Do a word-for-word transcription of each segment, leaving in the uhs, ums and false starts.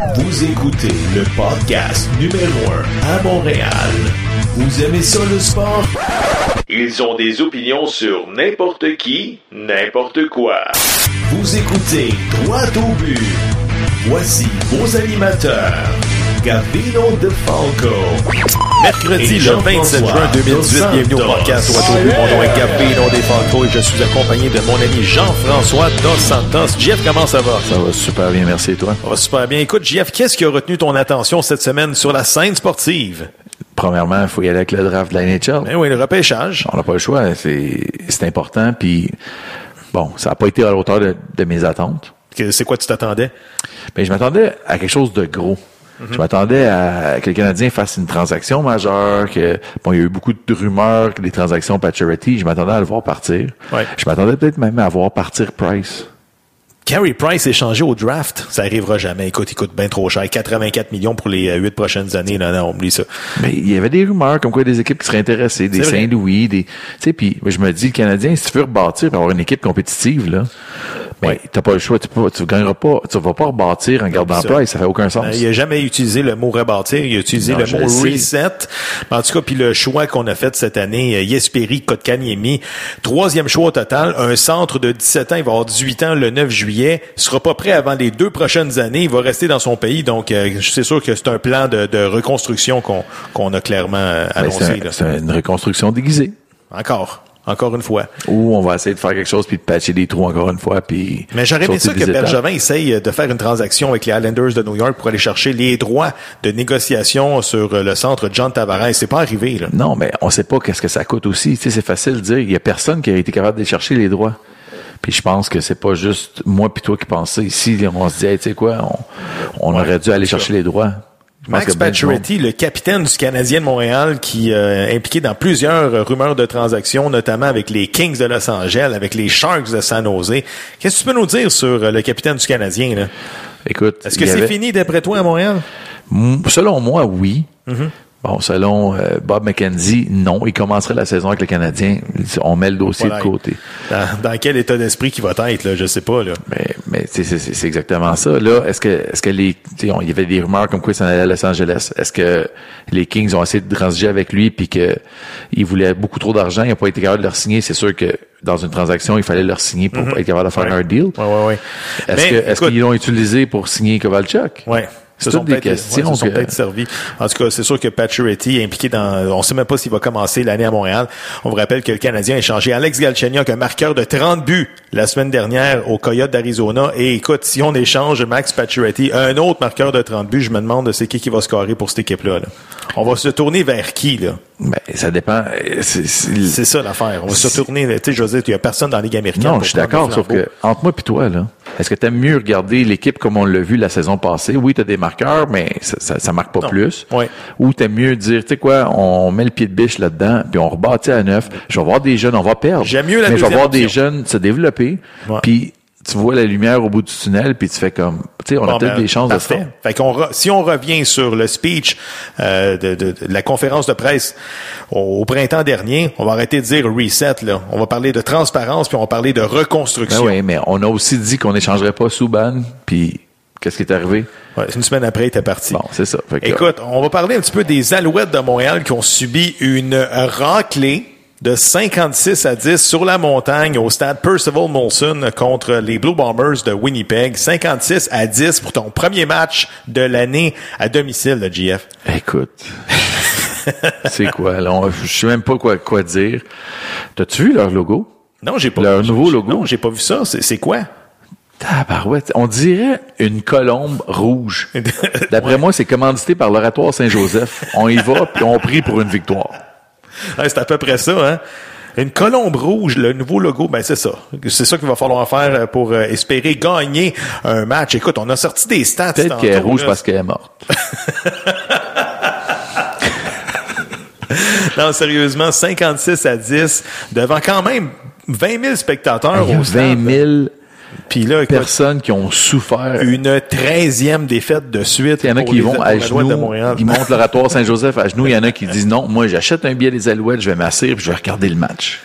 Vous écoutez le podcast numéro un à Montréal. Vous aimez ça le sport? Ils ont des opinions sur n'importe qui, n'importe quoi. Vous écoutez Droit au but. Voici vos animateurs, Gabino DeFalco. Mercredi le vingt-sept juin deux mille dix-huit, bienvenue au podcast Droit au but. Mon nom est Gabino DeFalco et je suis accompagné de mon ami Jean-François Dos Santos. Jeff, comment ça va? Ça va super bien, merci et toi? Ça va super bien. Écoute, Jeff, qu'est-ce qui a retenu ton attention cette semaine sur la scène sportive? Premièrement, il faut y aller avec le draft de la N H L. Ben oui, le repêchage. On n'a pas le choix, c'est, c'est important, puis bon, ça n'a pas été à la hauteur de, de mes attentes. C'est quoi tu t'attendais? Ben, je m'attendais à quelque chose de gros. Mm-hmm. Je m'attendais à que le Canadien fasse une transaction majeure, que bon, il y a eu beaucoup de rumeurs que des transactions Pacioretty, je m'attendais à le voir partir. Ouais. Je m'attendais peut-être même à voir partir Price. Carey Price échangé au draft, ça arrivera jamais. Écoute, il coûte bien trop cher. quatre-vingt-quatre millions pour les huit prochaines années. Non, non, oublie ça. Mais il y avait des rumeurs comme quoi des équipes qui seraient intéressées, des Saint-Louis, des, tu sais, puis je me dis, le Canadien, si tu veux rebâtir pour avoir une équipe compétitive, là, ben, ouais. t'as pas le choix, tu ne tu gagneras pas, tu vas pas rebâtir en gardant Price, ça fait aucun sens. Euh, il a jamais utilisé le mot rebâtir, il a utilisé non, le mot reset. En tout cas, puis le choix qu'on a fait cette année, Jesperi Kotkaniemi, troisième choix au total, un centre de dix-sept ans, il va avoir dix-huit ans le neuf juillet, il sera pas prêt avant les deux prochaines années, il va rester dans son pays, donc euh, c'est sûr que c'est un plan de, de reconstruction qu'on, qu'on a clairement euh, annoncé. Ben, c'est, un, c'est une reconstruction déguisée. Encore. Encore une fois. Ou on va essayer de faire quelque chose puis de patcher des trous encore une fois. Puis mais j'aurais aimé ça que Bergevin essaye de faire une transaction avec les Islanders de New York pour aller chercher les droits de négociation sur le centre John Tavares. C'est pas arrivé, là. Non, mais on sait pas qu'est-ce que ça coûte aussi. Tu sais, c'est facile de dire. Il y a personne qui a été capable de chercher les droits. Puis je pense que c'est pas juste moi puis toi qui pensais ici. On se dit, hey, tu sais quoi, on, on ouais, aurait dû aller chercher les droits. Max Pacioretty, le capitaine du Canadien de Montréal, qui euh, est impliqué dans plusieurs euh, rumeurs de transactions, notamment avec les Kings de Los Angeles, avec les Sharks de San Jose. Qu'est-ce que tu peux nous dire sur euh, le capitaine du Canadien, là? Écoute, est-ce que c'est avait... fini d'après toi à Montréal? Selon moi, oui. Mm-hmm. Bon, selon euh, Bob McKenzie, non. Il commencerait la saison avec le Canadien. On met le dossier voilà. de côté. Dans, dans quel état d'esprit qu'il va être, là, je sais pas, là. Mais, mais c'est, c'est, c'est exactement ça. Là, est-ce que, est-ce que les, tu sais, il y avait des rumeurs comme quoi il s'en allait à Los Angeles. Est-ce que les Kings ont essayé de transiger avec lui puis que il voulait beaucoup trop d'argent, il n'a pas été capable de leur signer. C'est sûr que dans une transaction, il fallait leur signer pour mm-hmm. être capable de faire ouais. un deal. Ouais, ouais, ouais. Est-ce mais, que, est-ce écoute, qu'ils l'ont utilisé pour signer Kovalchuk? Ouais. C'est toutes des questions. Ouais, se sont que... peut-être servis. En tout cas, c'est sûr que Pacioretty est impliqué dans... On sait même pas s'il va commencer l'année à Montréal. On vous rappelle que le Canadien a échangé Alex Galchenyuk, un marqueur de trente buts la semaine dernière au Coyotes d'Arizona. Et écoute, si on échange Max Pacioretty, un autre marqueur de trente buts, je me demande c'est qui qui va scorer pour cette équipe-là. Là. On va se tourner vers qui, là? Ben, ça dépend. C'est, c'est... c'est ça l'affaire. On va se tourner... Tu sais, je veux dire, il y a personne dans la Ligue américaine. Non, je suis d'accord, sauf que, entre moi et toi, là, est-ce que t'aimes mieux regarder l'équipe comme on l'a vu la saison passée? Oui, t'as des marqueurs, mais ça, ça, ça marque pas non. plus. Oui. Ou t'aimes mieux dire, tu sais quoi, on met le pied de biche là-dedans, puis on rebâtit à neuf. Je vais voir des jeunes, on va perdre. J'aime mieux la mais je vais voir option. des jeunes se développer, ouais. puis tu vois la lumière au bout du tunnel, puis tu fais comme, tu sais, on bon, a peut-être ben, des chances parfait. de faire. Fait qu'on re, si on revient sur le speech euh, de, de, de la conférence de presse au, au printemps dernier, on va arrêter de dire reset, là. On va parler de transparence, puis on va parler de reconstruction. Ben oui, mais on a aussi dit qu'on n'échangerait pas Subban, puis qu'est-ce qui est arrivé? Ouais, une semaine après, il était parti. Bon, c'est ça. Fait que, écoute, on va parler un petit peu des Alouettes de Montréal qui ont subi une raclée de cinquante-six à dix sur la montagne au stade Percival Molson contre les Blue Bombers de Winnipeg. cinquante-six à dix pour ton premier match de l'année à domicile, le G F. Écoute, c'est quoi? Là, on, je sais même pas quoi, quoi dire. T'as-tu vu leur logo? Non, j'ai pas leur vu. Leur nouveau logo? Non, j'ai pas vu ça. C'est, c'est quoi? Tabarouette. On dirait une colombe rouge. D'après ouais. moi, c'est commandité par l'Oratoire Saint-Joseph. On y va, puis on prie pour une victoire. Ouais, c'est à peu près ça, hein. Une colombe rouge, le nouveau logo, ben c'est ça. C'est ça qu'il va falloir faire pour euh, espérer gagner un match. Écoute, on a sorti des stats. Peut-être tantôt, qu'elle est rouge là. parce qu'elle est morte. Non, sérieusement, cinquante-six à dix, devant quand même vingt mille spectateurs au stade. vingt mille Puis là, écoute, personnes qui ont souffert. Une treizième défaite de suite. Il y en a qui vont à genoux, ils montent l'Oratoire Saint-Joseph à genoux. Il y en a qui disent non, moi j'achète un billet des Alouettes, je vais m'asseoir puis je vais regarder le match.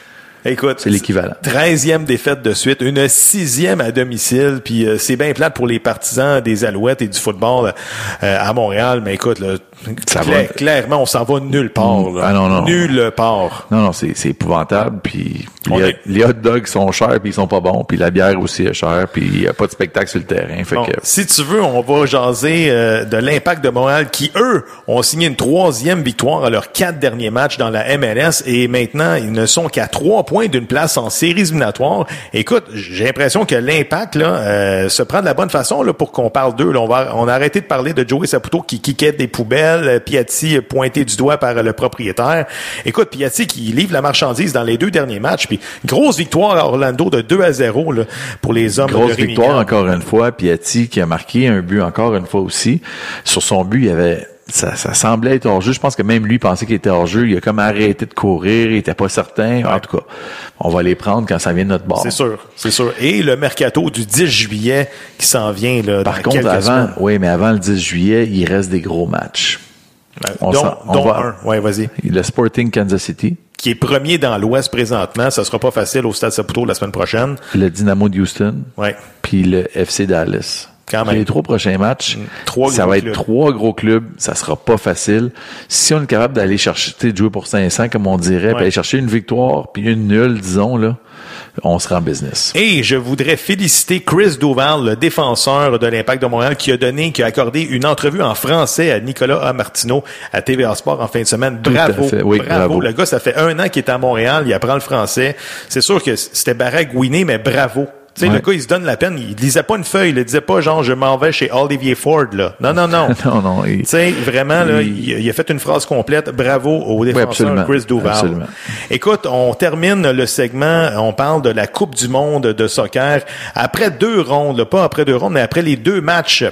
Écoute, c'est l'équivalent. treizième défaite de suite, une sixième à domicile, puis euh, c'est bien plate pour les partisans des Alouettes et du football euh, à Montréal, mais écoute, là, ça clair, va... clairement, on s'en va nulle part. Là. Ah non, non. Nulle part. Non, non, c'est, c'est épouvantable, puis On les, est... les hot dogs sont chers, puis ils sont pas bons, puis la bière aussi est chère, puis il y a pas de spectacle sur le terrain. Fait bon, que... Si tu veux, on va jaser euh, de l'Impact de Montréal qui, eux, ont signé une troisième victoire à leurs quatre derniers matchs dans la M L S et maintenant, ils ne sont qu'à trois points d'une place en séries éliminatoires. Écoute, j'ai l'impression que l'Impact là euh, se prend de la bonne façon là pour qu'on parle d'eux. Là, on va on a arrêté de parler de Joey Saputo qui kickait des poubelles, Piatti pointé du doigt par le propriétaire. Écoute, Piatti qui livre la marchandise dans les deux derniers matchs, puis grosse victoire à Orlando de deux à zéro là, pour les hommes grosse de Rémi victoire Gant. encore une fois, Piatti qui a marqué un but encore une fois aussi. Sur son but, il y avait Ça, ça semblait être hors-jeu. Je pense que même lui pensait qu'il était hors-jeu. Il a comme arrêté de courir. Il était pas certain. Ouais. En tout cas, on va les prendre quand ça vient de notre bord. C'est sûr, c'est sûr. Et le mercato du dix juillet qui s'en vient là. Par dans contre, quelques avant, semaines. oui, mais avant le dix juillet, il reste des gros matchs. On dont on dont va, un. Ouais, vas-y. Le Sporting Kansas City. Qui est premier dans l'Ouest présentement. Ça sera pas facile au Stade Saputo la semaine prochaine. Le Dynamo de Houston. Ouais. Puis le F C Dallas. Quand même. Les trois prochains matchs, trois ça va être clubs. trois gros clubs. Ça sera pas facile. Si on est capable d'aller chercher, tu sais, de jouer pour cinq cents, comme on dirait, ouais. puis aller chercher une victoire, puis une nulle, disons, là, on sera en business. Et je voudrais féliciter Chris Duval, le défenseur de l'Impact de Montréal, qui a donné, qui a accordé une entrevue en français à Nicolas A. Martineau à T V A Sport en fin de semaine. Bravo. Tout à fait. Oui, bravo. bravo. Le gars, ça fait un an qu'il est à Montréal, il apprend le français. C'est sûr que c'était baragouiné, mais bravo. Tu sais, ouais. le gars, il se donne la peine. Il lisait pas une feuille. Il disait pas, genre, je m'en vais chez Olivier Ford, là. Non, non, non. non, non. Il... Tu sais, vraiment, là, il... il, il a fait une phrase complète. Bravo au défenseur oui, Chris Duval. Absolument. Écoute, on termine le segment. On parle de la Coupe du monde de soccer. Après deux rondes, là, pas après deux rondes, mais après les deux matchs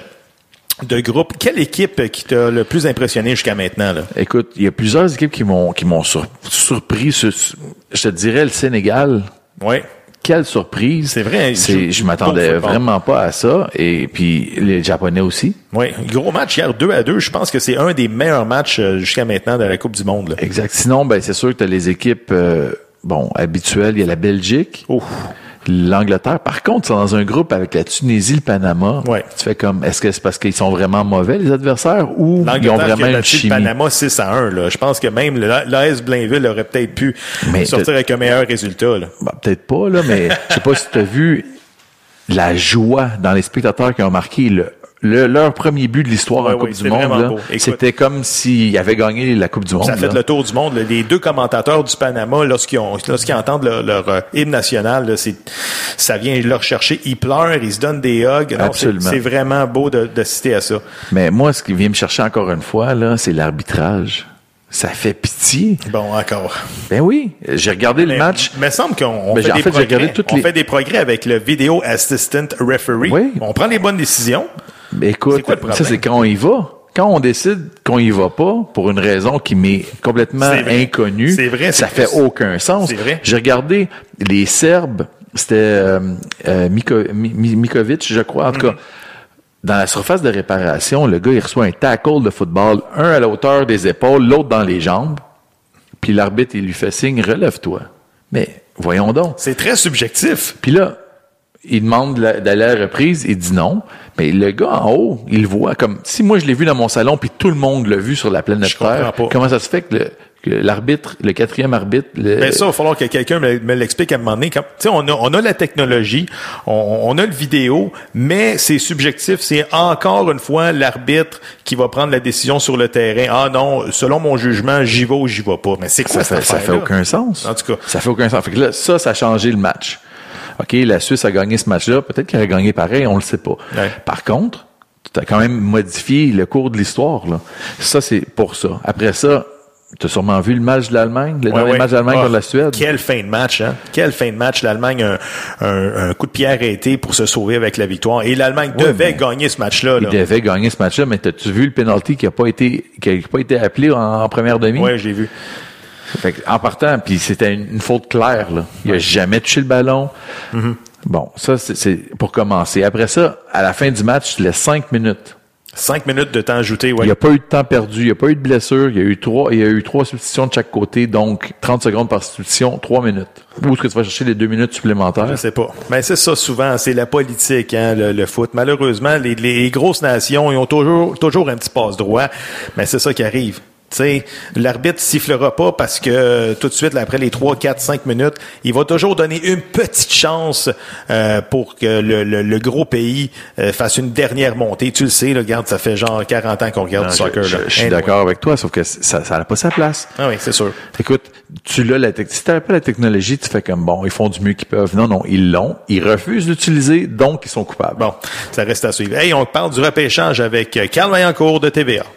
de groupe, quelle équipe qui t'a le plus impressionné jusqu'à maintenant, là? Écoute, il y a plusieurs équipes qui m'ont, qui m'ont sur, surpris. Sur, je te dirais le Sénégal. Oui. Quelle surprise. C'est vrai. C'est, je m'attendais vraiment pas à ça. Et puis, les Japonais aussi. Oui. Gros match hier, deux à deux. Je pense que c'est un des meilleurs matchs jusqu'à maintenant de la Coupe du monde, là. Exact. Sinon, ben, c'est sûr que tu as les équipes, euh, bon, habituelles. Il y a la Belgique. Ouf. L'Angleterre. Par contre, c'est dans un groupe avec la Tunisie, le Panama. Ouais. Tu fais comme, est-ce que c'est parce qu'ils sont vraiment mauvais, les adversaires, ou ils ont vraiment une chimie? Le Panama six à un, là. Je pense que même l'A S Blainville aurait peut-être pu mais sortir avec un meilleur résultat, là. Ben, peut-être pas, là, mais je sais pas si tu as vu la joie dans les spectateurs qui ont marqué le Le, leur premier but de l'histoire ouais, en Coupe oui, du Monde, là, Écoute, c'était comme s'ils avaient gagné la Coupe du Monde. Ça a fait là. le tour du monde. Là. Les deux commentateurs du Panama, lorsqu'ils, ont, lorsqu'ils entendent leur, leur euh, hymne national, là, c'est, ça vient leur chercher. Ils pleurent, ils se donnent des hugs. Non, Absolument. C'est, c'est vraiment beau de, de citer à ça. Mais moi, ce qui vient me chercher encore une fois, là, c'est l'arbitrage. Ça fait pitié. Bon, encore. Ben oui, j'ai regardé mais, le match. Mais il semble qu'on on ben, fait, en des fait, j'ai regardé progrès. toutes on les... fait des progrès avec le Video Assistant Referee. Oui. On prend les bonnes décisions. Ben écoute, c'est quoi le problème? ça c'est quand on y va. Quand on décide qu'on y va pas, pour une raison qui m'est complètement c'est vrai. inconnue, c'est vrai, ça c'est fait aucun sens. C'est vrai. J'ai regardé les Serbes, c'était euh, euh, Miko, Mikovic, je crois, en tout mm-hmm. cas. Dans la surface de réparation, le gars, il reçoit un tackle de football, un à la hauteur des épaules, l'autre dans les jambes. Puis l'arbitre, il lui fait signe, relève-toi. Mais voyons donc. C'est très subjectif. Puis là, il demande d'aller à la reprise, il dit non. Mais le gars en haut, il le voit comme si moi je l'ai vu dans mon salon, puis tout le monde l'a vu sur la planète Terre. Comment ça se fait que, le, que l'arbitre, le quatrième arbitre... Le... Ben ça, il va falloir que quelqu'un me, me l'explique à un moment donné. Tu sais, on a, on a la technologie, on, on a le vidéo, mais c'est subjectif. C'est encore une fois l'arbitre qui va prendre la décision sur le terrain. Ah non, selon mon jugement, j'y vais ou j'y vais pas. Mais c'est quoi ça fait, ça fait aucun sens. En tout cas. Ça fait aucun sens. Fait que là, ça, ça a changé le match. OK, la Suisse a gagné ce match-là. Peut-être qu'elle a gagné pareil, on le sait pas. Ouais. Par contre, tu as quand même modifié le cours de l'histoire, là. Ça, c'est pour ça. Après ça, tu as sûrement vu le match de l'Allemagne, le ouais, dernier ouais. match de l'Allemagne oh, contre la Suède. Quelle fin de match, hein? Quelle fin de match. L'Allemagne a un, un, un coup de pied arrêté pour se sauver avec la victoire. Et l'Allemagne ouais, devait gagner ce match-là. Il là. devait gagner ce match-là, mais as-tu vu le penalty qui a pas été, qui a pas été appelé en, en première demi? Oui, j'ai vu. Fait en partant, puis c'était une, une faute claire, là. Il a jamais touché le ballon. Mm-hmm. Bon, ça, c'est, c'est pour commencer. Après ça, à la fin du match, tu laisses cinq minutes. Cinq minutes de temps ajouté, oui. Il n'y a pas eu de temps perdu, il n'y a pas eu de blessure, il y a eu trois, il y a eu trois substitutions de chaque côté, donc trente secondes par substitution, trois minutes. Où est-ce que tu vas chercher les deux minutes supplémentaires? Je sais pas. Mais c'est ça souvent, c'est la politique, hein, le, le foot. Malheureusement, les, les grosses nations, ils ont toujours, toujours un petit passe-droit, mais c'est ça qui arrive. T'sais, l'arbitre sifflera pas parce que tout de suite, après les trois, quatre, cinq minutes, il va toujours donner une petite chance euh, pour que le, le, le gros pays euh, fasse une dernière montée. Tu le sais, là, regarde, ça fait genre quarante ans qu'on regarde non, du soccer. Je, là. je, je suis d'accord avec toi, sauf que ça ça n'a pas sa place. Ah oui, c'est sûr. Écoute, tu l'as la te- si t'avais pas la technologie, tu fais comme bon, ils font du mieux qu'ils peuvent. Non, non, ils l'ont. Ils refusent d'utiliser, donc ils sont coupables. Bon, ça reste à suivre. Hey, on parle du repêchage avec Carl Vaillancourt de T V A.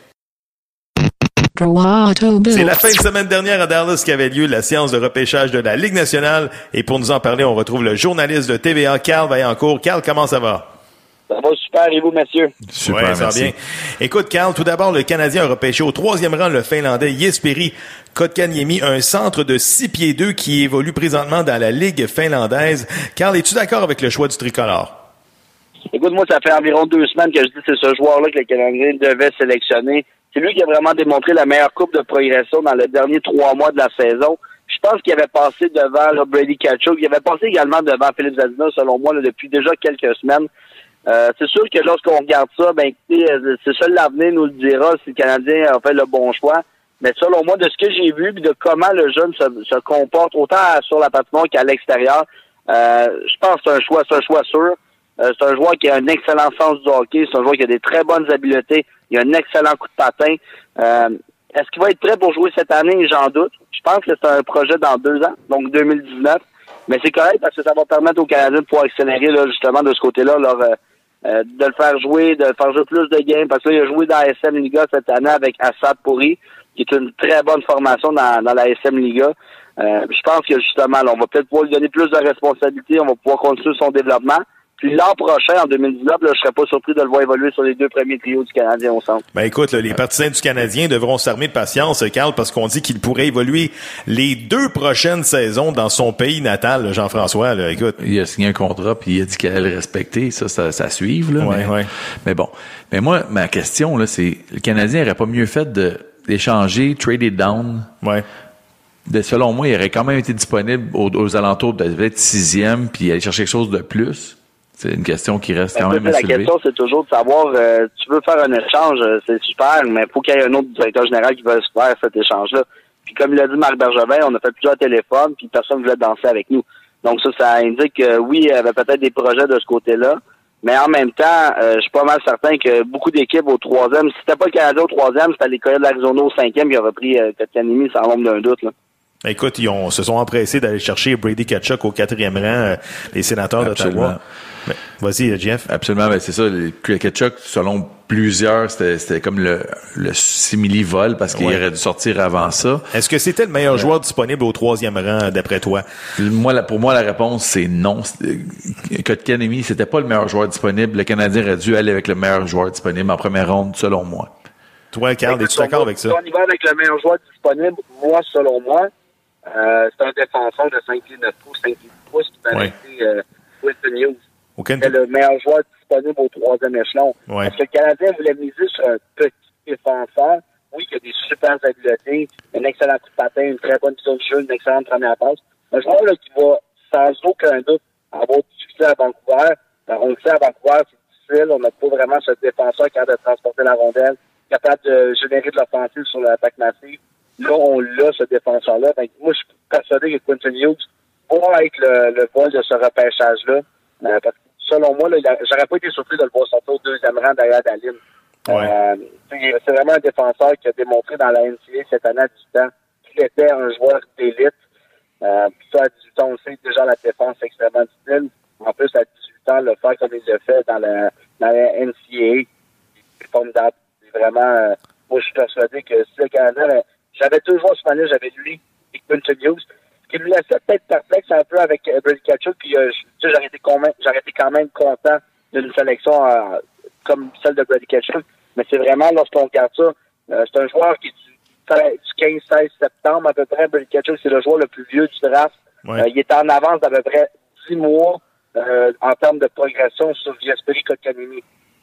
C'est la fin de semaine dernière à Dallas qu'avait lieu la séance de repêchage de la Ligue nationale. Et pour nous en parler, on retrouve le journaliste de T V A, Carl Vaillancourt. Carl, comment ça va? Ça va super, et vous, monsieur? Super, ouais, ça va bien. Écoute, Carl, tout d'abord, le Canadien a repêché au troisième rang le Finlandais Jesperi Kotkaniemi, un centre de six pieds deux qui évolue présentement dans la Ligue finlandaise. Carl, es-tu d'accord avec le choix du tricolore? Écoute, moi, ça fait environ deux semaines que je dis que c'est ce joueur-là que le Canadien devait sélectionner. C'est lui qui a vraiment démontré la meilleure coupe de progression dans les derniers trois mois de la saison. Je pense qu'il avait passé devant là, Brady Tkachuk. Il avait passé également devant Philippe Zadina, selon moi, là, depuis déjà quelques semaines. Euh, c'est sûr que lorsqu'on regarde ça, ben écoutez, c'est seul l'avenir nous le dira si le Canadien a fait le bon choix. Mais selon moi, de ce que j'ai vu, puis de comment le jeune se, se comporte, autant sur la patinoire qu'à l'extérieur, euh, je pense que c'est un choix, c'est un choix sûr. Euh, c'est un joueur qui a un excellent sens du hockey. C'est un joueur qui a des très bonnes habiletés. Il a un excellent coup de patin. Euh, est-ce qu'il va être prêt pour jouer cette année? J'en doute. Je pense que c'est un projet dans deux ans, donc deux mille dix-neuf. Mais c'est correct parce que ça va permettre aux Canadiens de pouvoir accélérer là, justement de ce côté-là, leur, euh, euh, de le faire jouer, de le faire jouer plus de games. Parce que là, il a joué dans la S M Liga cette année avec Assad Pourri, qui est une très bonne formation dans, dans la S M Liga. Euh, je pense que justement, là, on va peut-être pouvoir lui donner plus de responsabilités. On va pouvoir continuer son développement. Puis l'an prochain, en deux mille dix-neuf, là, je serais pas surpris de le voir évoluer sur les deux premiers trios du Canadien au centre. Ben écoute, là, les partisans du Canadien devront s'armer de patience, Carl, parce qu'on dit qu'il pourrait évoluer les deux prochaines saisons dans son pays natal, là, Jean-François. Là, écoute, il a signé un contrat puis il a dit qu'il allait le respecter. Ça, ça, ça suive là. Ouais, mais, ouais. mais bon, mais moi, ma question là, c'est le Canadien aurait pas mieux fait de d'échanger, trader down. Ouais. De, selon moi, il aurait quand même été disponible aux, aux alentours de peut-être sixième puis aller chercher quelque chose de plus. C'est une question qui reste quand mais même à soulever. La question, c'est toujours de savoir, euh, tu veux faire un échange, euh, c'est super, mais il faut qu'il y ait un autre directeur général qui va faire cet échange-là. Puis comme il a dit Marc Bergevin, on a fait plusieurs téléphones, puis personne ne voulait danser avec nous. Donc ça, ça indique que oui, il y avait peut-être des projets de ce côté-là, mais en même temps, euh, je suis pas mal certain que beaucoup d'équipes au troisième, si c'était pas le Canada au troisième, c'était les Coyotes de l'Arizona au cinquième qui auraient pris euh, Kotkaniemi sans l'ombre d'un doute, là. Écoute, ils ont, se sont empressés d'aller chercher Brady Tkachuk au quatrième rang, euh, les sénateurs d'Ottawa. Vas-y, Jeff. Absolument, ben c'est ça. Le Tkachuk, selon plusieurs, c'était, c'était comme le, le simili-vol parce qu'il ouais. aurait dû sortir avant ça. Est-ce que c'était le meilleur ouais. joueur disponible au troisième rang, d'après toi? Moi, la, pour moi, la réponse, c'est non. Kotkaniemi, c'était pas le meilleur joueur disponible. Le Canadien aurait dû aller avec le meilleur joueur disponible en première ronde, selon moi. Toi, Carl, es-tu d'accord avec ça? Si on y va avec le meilleur joueur disponible, moi, selon moi, euh, c'est un défenseur de cinq pieds neuf pouces, cinq pieds dix pouces qui va ouais. arrêter euh, Quinton Hughes. Aucun... C'est le meilleur joueur disponible au troisième échelon. Ouais. Parce que le Canadien voulait miser sur un petit défenseur, oui, qui a des super habiletés, un excellent coup de patin, une très bonne vision de jeu, une excellente première passe. Un joueur là, qui va, sans aucun doute, avoir du succès à Vancouver. Alors, on le sait, à Vancouver, c'est difficile. On n'a pas vraiment ce défenseur capable de transporter la rondelle, capable de générer de l'offensive sur l'attaque massive. Là, on l'a, ce défenseur-là. Donc, moi, je suis persuadé que Quinton Hughes va être le, le vol de ce repêchage-là. Euh, parce que, selon moi, là, a, j'aurais pas été surpris de le voir sortir au deuxième rang derrière Dahlin. Ouais. Euh, c'est vraiment un défenseur qui a démontré dans la N C A A cette année à dix-huit ans qu'il était un joueur d'élite. Euh, puis ça, à dix-huit ans, on sait que déjà la défense est extrêmement difficile. En plus, à dix-huit ans, le faire comme il le fait dans la, dans la N C A A, c'est formidable. C'est vraiment... Euh, moi, je suis persuadé que si le Canadien... Euh, j'avais deux joueurs sur ma liste, j'avais lui et Quinton Hughes, ce qui me laissait peut-être perplexe un peu avec euh, Brady Tkachuk, puis euh, je, j'aurais, été con- j'aurais été quand même content d'une sélection euh, comme celle de Brady Tkachuk. Mais c'est vraiment, lorsqu'on regarde ça, euh, c'est un joueur qui est du, du quinze seize septembre à peu près. Brady Tkachuk, c'est le joueur le plus vieux du draft. Ouais. Euh, il est en avance d'à peu près dix mois euh, en termes de progression sur Jesperi Kotkaniemi.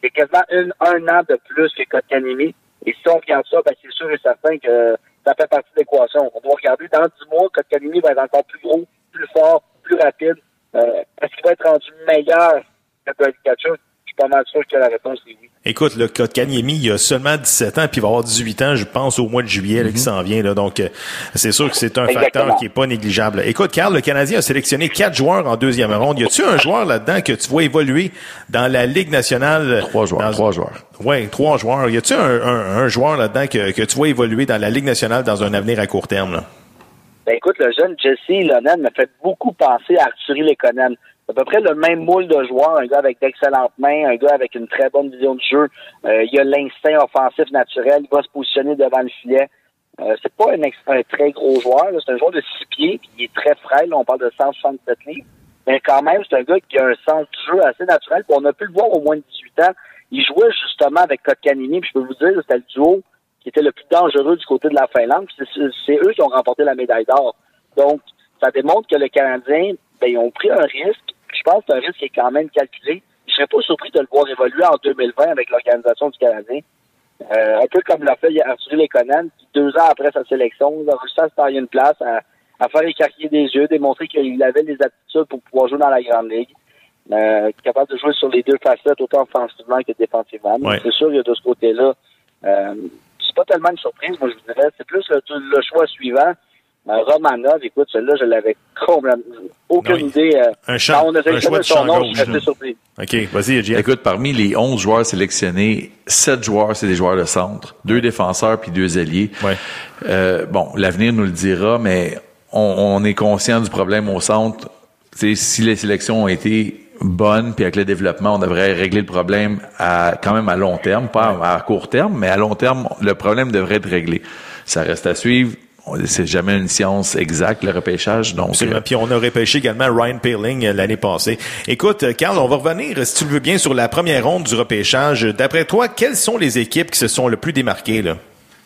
c'est quasiment une, un an de plus que Kotkaniemi. Et si on regarde ça, ben, c'est sûr et certain que ça fait partie de l'équation. On doit regarder dans dix mois, Kotkaniemi va être encore plus gros, plus fort, plus rapide. Euh, est-ce qu'il va être rendu meilleur que Brady Tkachuk? Je suis pas mal sûr que la réponse est oui. Écoute, le Kotkaniemi, il a seulement dix-sept ans, puis il va avoir dix-huit ans, je pense, au mois de juillet, là, mm-hmm. qui s'en vient, là. Donc, euh, c'est sûr que c'est un Exactement. facteur qui est pas négligeable. Écoute, Carl, le Canadien a sélectionné quatre joueurs en deuxième ronde. Y a-tu un joueur là-dedans que tu vois évoluer dans la Ligue nationale? Trois joueurs, dans... trois joueurs. Oui, trois joueurs. Y a-tu un, un, un joueur là-dedans que, que tu vois évoluer dans la Ligue nationale dans un avenir à court terme, là? Ben, écoute, le jeune Jesse Ylönen me fait beaucoup penser à Artturi Lehkonen. C'est à peu près le même moule de joueur, un gars avec d'excellentes mains, un gars avec une très bonne vision du jeu. Euh, il a l'instinct offensif naturel, il va se positionner devant le filet. Euh, c'est pas un, ex- un très gros joueur, là. C'est un joueur de six pieds, puis il est très frêle, là. On parle de cent soixante-sept livres. Mais quand même, c'est un gars qui a un sens du jeu assez naturel, puis on a pu le voir au moins de dix-huit ans. Il jouait justement avec Kotkaniemi, puis je peux vous dire, c'était le duo qui était le plus dangereux du côté de la Finlande, puis c'est, c'est eux qui ont remporté la médaille d'or. Donc, ça démontre que le Canadien, ben, ils ont pris un risque. Je pense que c'est un risque qui est quand même calculé. Je serais pas surpris de le voir évoluer en deux mille vingt avec l'organisation du Canadien. Euh, un peu comme l'a fait Artturi Lehkonen, qui deux ans après sa sélection, il a réussi à se tailler une place, à, à faire écarquiller des yeux, démontrer qu'il avait les aptitudes pour pouvoir jouer dans la Grande Ligue. Euh, capable de jouer sur les deux facettes, autant offensivement que défensivement. Ouais. C'est sûr, il y a de ce côté-là. Euh, c'est pas tellement une surprise, moi je vous dirais. C'est plus le, le choix suivant. Euh, Romanov, écoute, celui-là, je l'avais complètement... Aucune non, idée. Euh, un, champ, on a un choix de son champ nom, gauche. je suis assez surpris. OK, vas-y, Adrien. Écoute, parmi les onze joueurs sélectionnés, sept joueurs, c'est des joueurs de centre, deux défenseurs puis deux ailiers. Ouais. Euh, bon, l'avenir nous le dira, mais on, on est conscient du problème au centre. T'sais, si les sélections ont été bonnes, puis avec le développement, on devrait régler le problème à quand même à long terme, pas ouais. à, à court terme, mais à long terme, le problème devrait être réglé. Ça reste à suivre. C'est jamais une science exacte, le repêchage. Donc, euh... Puis on a repêché également Ryan Poehling l'année passée. Écoute, Carl, on va revenir, si tu le veux bien, sur la première ronde du repêchage. D'après toi, quelles sont les équipes qui se sont le plus démarquées, là?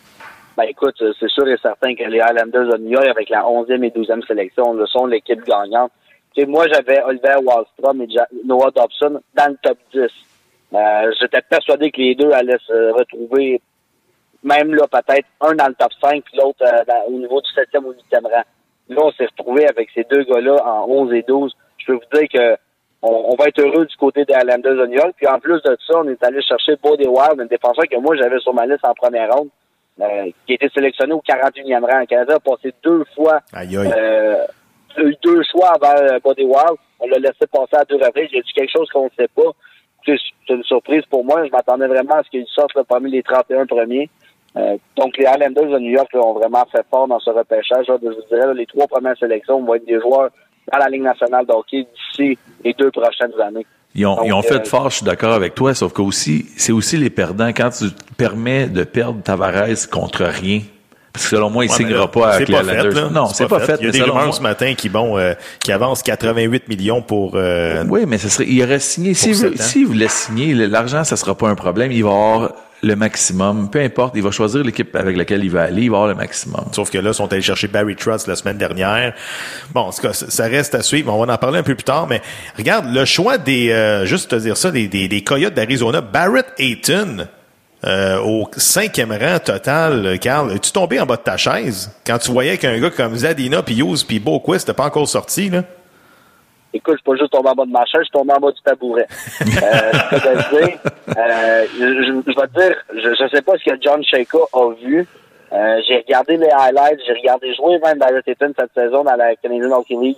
Ben écoute, c'est sûr et certain que les Islanders de New York, avec la onzième et douzième sélection, le sont l'équipe gagnante. Tu sais, moi, j'avais Oliver Wahlstrom et Noah Dobson dans le top dix. Euh, j'étais persuadé que les deux allaient se retrouver, même là, peut-être un dans le top cinq, puis l'autre euh, dans, au niveau du septième ou huitième rang. Là, on s'est retrouvé avec ces deux gars-là en onze et douze. Je peux vous dire que on, on va être heureux du côté des Islanders de New York. Puis en plus de ça, on est allé chercher Bodie Wild, un défenseur que moi, j'avais sur ma liste en première ronde, euh, qui a été sélectionné au quarante-et-unième rang. Le Canada a passé deux fois... Aïe, aïe. Euh, il a eu deux choix avant Bodie Wild. On l'a laissé passer à deux reprises. Il y a dit quelque chose qu'on ne sait pas. C'est, c'est une surprise pour moi. Je m'attendais vraiment à ce qu'il sorte là, parmi les trente et un premiers. Euh, donc, les Islanders de New York là, ont vraiment fait fort dans ce repêchage. Là, je vous dirais, là, les trois premières sélections vont être des joueurs dans la Ligue nationale de hockey d'ici les deux prochaines années. Ils ont, donc, ils ont fait euh, fort, je suis d'accord avec toi, sauf que aussi, c'est aussi les perdants. Quand tu te permets de perdre Tavares contre rien, parce que selon moi, il ne ouais, signera là, pas avec les Islanders. Fait, non, c'est, c'est pas, pas fait. fait. Il y a des rumeurs moi... ce matin qui, bon, euh, qui avancent quatre-vingt-huit millions pour... Euh, oui, mais ce serait, il aurait signé. S'il si si voulait signer, l'argent, ça sera pas un problème. Il va avoir le maximum. Peu importe, il va choisir l'équipe avec laquelle il va aller, il va avoir le maximum. Sauf que là, ils sont allés chercher Barry Trotz la semaine dernière. Bon, en tout cas, ça reste à suivre. On va en parler un peu plus tard, mais regarde, le choix des, euh, juste te dire ça, des, des, des Coyotes d'Arizona, Barrett Hayton, euh, au cinquième rang total, Carl, es-tu tombé en bas de ta chaise quand tu voyais qu'un gars comme Zadina, puis Hughes, puis Boquist n'était pas encore sorti, là? Écoute, je suis pas juste tombé en bas de ma chaise, je suis tombé en bas du tabouret. euh, je, peux te dire, euh, je, je, je vais te dire, je ne sais pas ce que John Shaka a vu. Euh, j'ai regardé les highlights, j'ai regardé jouer même Barrett Hayton cette saison dans la Canadian Hockey League.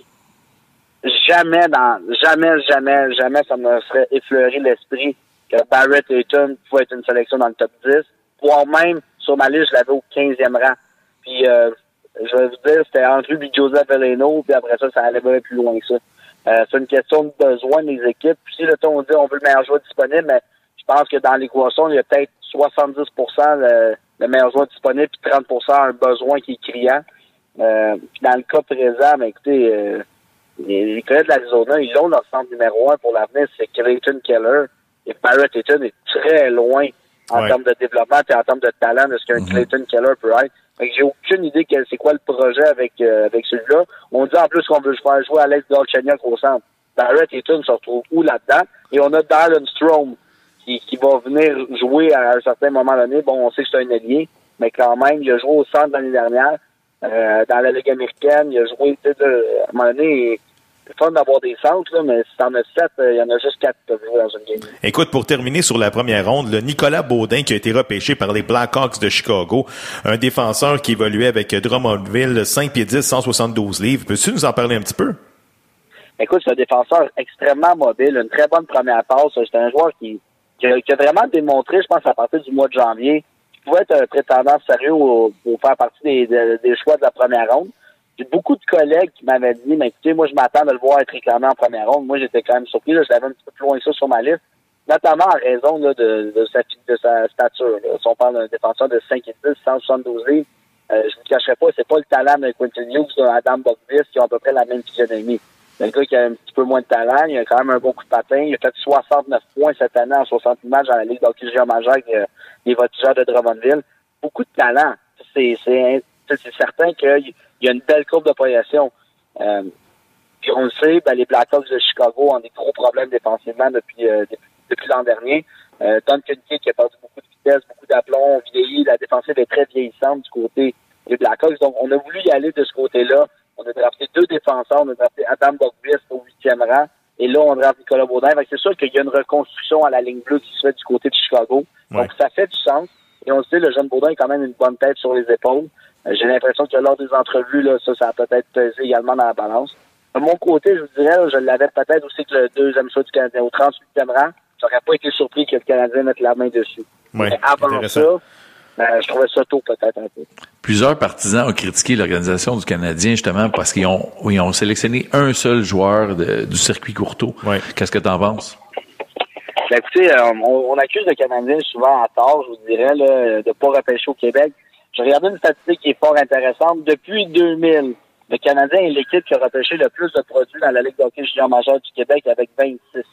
Jamais, dans, jamais, jamais, jamais ça me serait effleuré l'esprit que Barrett Hayton pouvait être une sélection dans le top dix. Voire même, sur ma liste, je l'avais au quinzième rang. Puis, euh, je vais vous dire, c'était entre lui et Joseph Veleno, puis après ça, ça allait bien plus loin que ça. Euh, c'est une question de besoin des équipes. Puis si le temps on dit on veut le meilleur joueur disponible, mais je pense que dans l'équation, il y a peut-être soixante-dix pour cent le, le meilleur joueur disponible, puis trente pour cent un besoin qui est criant. Euh, puis dans le cas présent, ben écoutez, euh, les, les Coyotes de l'Arizona, ils ont leur centre numéro un pour l'avenir, c'est Clayton Keller. Et Barrett Hayton est très loin en ouais. termes de développement et en termes de talent de ce qu'un mm-hmm. Clayton Keller peut être. Fait que j'ai aucune idée que c'est quoi le projet avec euh, avec celui-là. On dit en plus qu'on veut faire jouer Alex Galchenyuk au centre. Barrett Hayton se retrouve où là-dedans? Et on a Darren Strome, qui, qui va venir jouer à un certain moment donné. Bon, on sait que c'est un ailier, mais quand même, il a joué au centre l'année dernière, euh, dans la Ligue américaine. Il a joué, tu sais, à un moment donné, c'est fun d'avoir des centres, là, mais si t'en as sept, il y en a juste quatre qui peuvent jouer dans une game. Écoute, pour terminer sur la première ronde, le Nicolas Baudin qui a été repêché par les Blackhawks de Chicago, un défenseur qui évoluait avec Drummondville, cinq pieds dix, cent soixante-douze livres. Peux-tu nous en parler un petit peu? Écoute, c'est un défenseur extrêmement mobile, une très bonne première passe. C'est un joueur qui, qui, a, qui a vraiment démontré, je pense, à partir du mois de janvier, qu'il pouvait être un prétendant sérieux au, pour faire partie des, des, des choix de la première ronde. J'ai beaucoup de collègues qui m'avaient dit, mais écoutez, moi, je m'attends de le voir être réclamé en première ronde. Moi, j'étais quand même surpris. Là, je l'avais un petit peu plus loin que ça sur ma liste, notamment en raison là, de, de, sa, de sa stature. Là. Si on parle d'un défenseur de cinq et dix, cent soixante-douze livres, euh, je ne vous cacherai pas, c'est pas le talent de Quentin Hughes ou d'Adam Bogvis qui ont à peu près la même physionomie. Le gars qui a un petit peu moins de talent, il a quand même un bon coup de patin. Il a fait soixante-neuf points cette année en soixante matchs dans la Ligue d'hockey junior majeur avec euh, les Voltigeurs de Drummondville. Beaucoup de talent. C'est, c'est, c'est certain qu'il y a une belle courbe de progression. Euh, puis on le sait, ben, les Blackhawks de Chicago ont des gros problèmes défensivement depuis, euh, depuis, depuis l'an dernier. Euh, Duncan Keith qui a perdu beaucoup de vitesse, beaucoup d'aplomb, vieilli. La défensive est très vieillissante du côté des Blackhawks. Donc, on a voulu y aller de ce côté-là. On a drafté deux défenseurs. On a drafté Adam Bogvis au huitième rang. Et là, on draft Nicolas Baudin. Fait que c'est sûr qu'il y a une reconstruction à la ligne bleue qui se fait du côté de Chicago. Ouais. Donc, ça fait du sens. Et on le sait, le jeune Baudin a quand même une bonne tête sur les épaules. Euh, j'ai l'impression que lors des entrevues, là, ça, ça a peut-être pesé également dans la balance. De mon côté, je vous dirais, là, je l'avais peut-être aussi que le deuxième choix du Canadien au trente-huitième rang. J'aurais pas été surpris que le Canadien mette la main dessus. Ouais, mais avant ça, ben, je trouvais ça tôt peut-être un peu. Plusieurs partisans ont critiqué l'organisation du Canadien justement parce qu'ils ont, ils ont sélectionné un seul joueur de, du circuit Courteau. Ouais. Qu'est-ce que tu en penses? Ben, écoutez, euh, on, on accuse le Canadien souvent à tort, je vous dirais, là, de ne pas repêcher au Québec. J'ai regardé une statistique qui est fort intéressante. Depuis deux mille, le Canadien est l'équipe qui a repêché le plus de produits dans la Ligue d'hockey junior majeur du Québec avec vingt-six.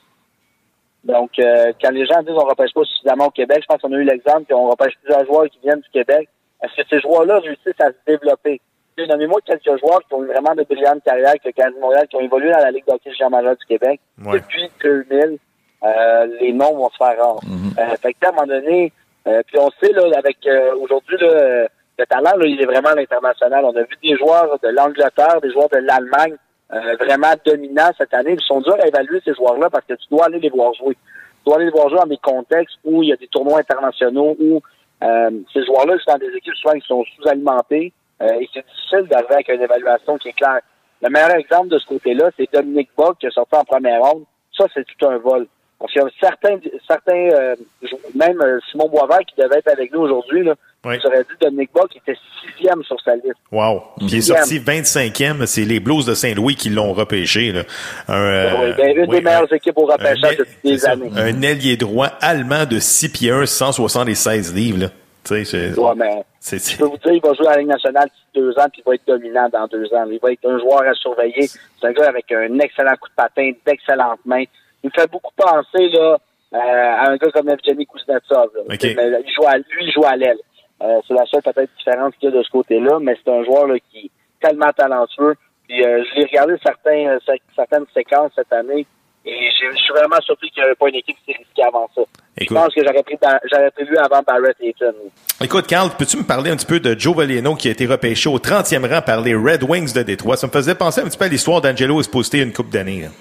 Donc, euh, quand les gens disent qu'on ne repêche pas suffisamment au Québec, je pense qu'on a eu l'exemple qu'on repêche plusieurs joueurs qui viennent du Québec. Est-ce que ces joueurs-là réussissent à se développer? Nommez-moi quelques joueurs qui ont eu vraiment de brillantes carrières avec le Canadien de Montréal, qui ont évolué dans la Ligue d'hockey junior majeur du Québec. Ouais. Depuis deux mille, euh, les noms vont se faire rares. Mm-hmm. Euh, fait que, à un moment donné, euh, puis on sait, là, avec euh, aujourd'hui, là, le talent, là, il est vraiment à l'international. On a vu des joueurs de l'Angleterre, des joueurs de l'Allemagne, euh, vraiment dominants cette année. Ils sont durs à évaluer, ces joueurs-là, parce que tu dois aller les voir jouer. Tu dois aller les voir jouer dans des contextes où il y a des tournois internationaux, où euh, ces joueurs-là sont dans des équipes souvent qui sont sous-alimentées, euh, et c'est difficile d'arriver avec une évaluation qui est claire. Le meilleur exemple de ce côté-là, c'est Dominique Bock qui a sorti en première ronde. Ça, c'est tout un vol. Parce qu'il y a certains, certains euh, même euh, Simon Boisvert qui devait être avec nous aujourd'hui, là, oui. J'aurais dit Dominique Bock qui était sixième sur sa liste. Wow. Puis il est sorti vingt-cinquième. C'est les Blues de Saint-Louis qui l'ont repêché. Là. Un, euh, oui, ben, une oui, des meilleures un, équipes au repêchage depuis des ça, années. Un ailier droit allemand de six pieds un, cent soixante-seize livres. Là. Tu sais, c'est, ouais, mais c'est, c'est... je peux vous dire, il va jouer à la Ligue nationale d'ici deux ans, puis il va être dominant dans deux ans. Il va être un joueur à surveiller. C'est un gars avec un excellent coup de patin, d'excellentes mains. Il me fait beaucoup penser là, euh, à un gars comme Evgeny Kuznetsov. Là. Okay. Mais, il joue à, lui, il joue à l'aile. Euh, c'est la seule peut-être différence qu'il y a de ce côté-là, mais c'est un joueur là, qui est tellement talentueux. Puis euh, je l'ai regardé certains, euh, certaines séquences cette année et je suis vraiment surpris qu'il n'y avait pas une équipe qui s'est risquée avant ça. Écoute. Je pense que j'aurais pris j'aurais prévu avant Barrett Hayton. Écoute, Carl, peux-tu me parler un petit peu de Joe Veleno qui a été repêché au trentième rang par les Red Wings de Détroit? Ça me faisait penser un petit peu à l'histoire d'Angelo Esposito il y a une couple d'années. Là.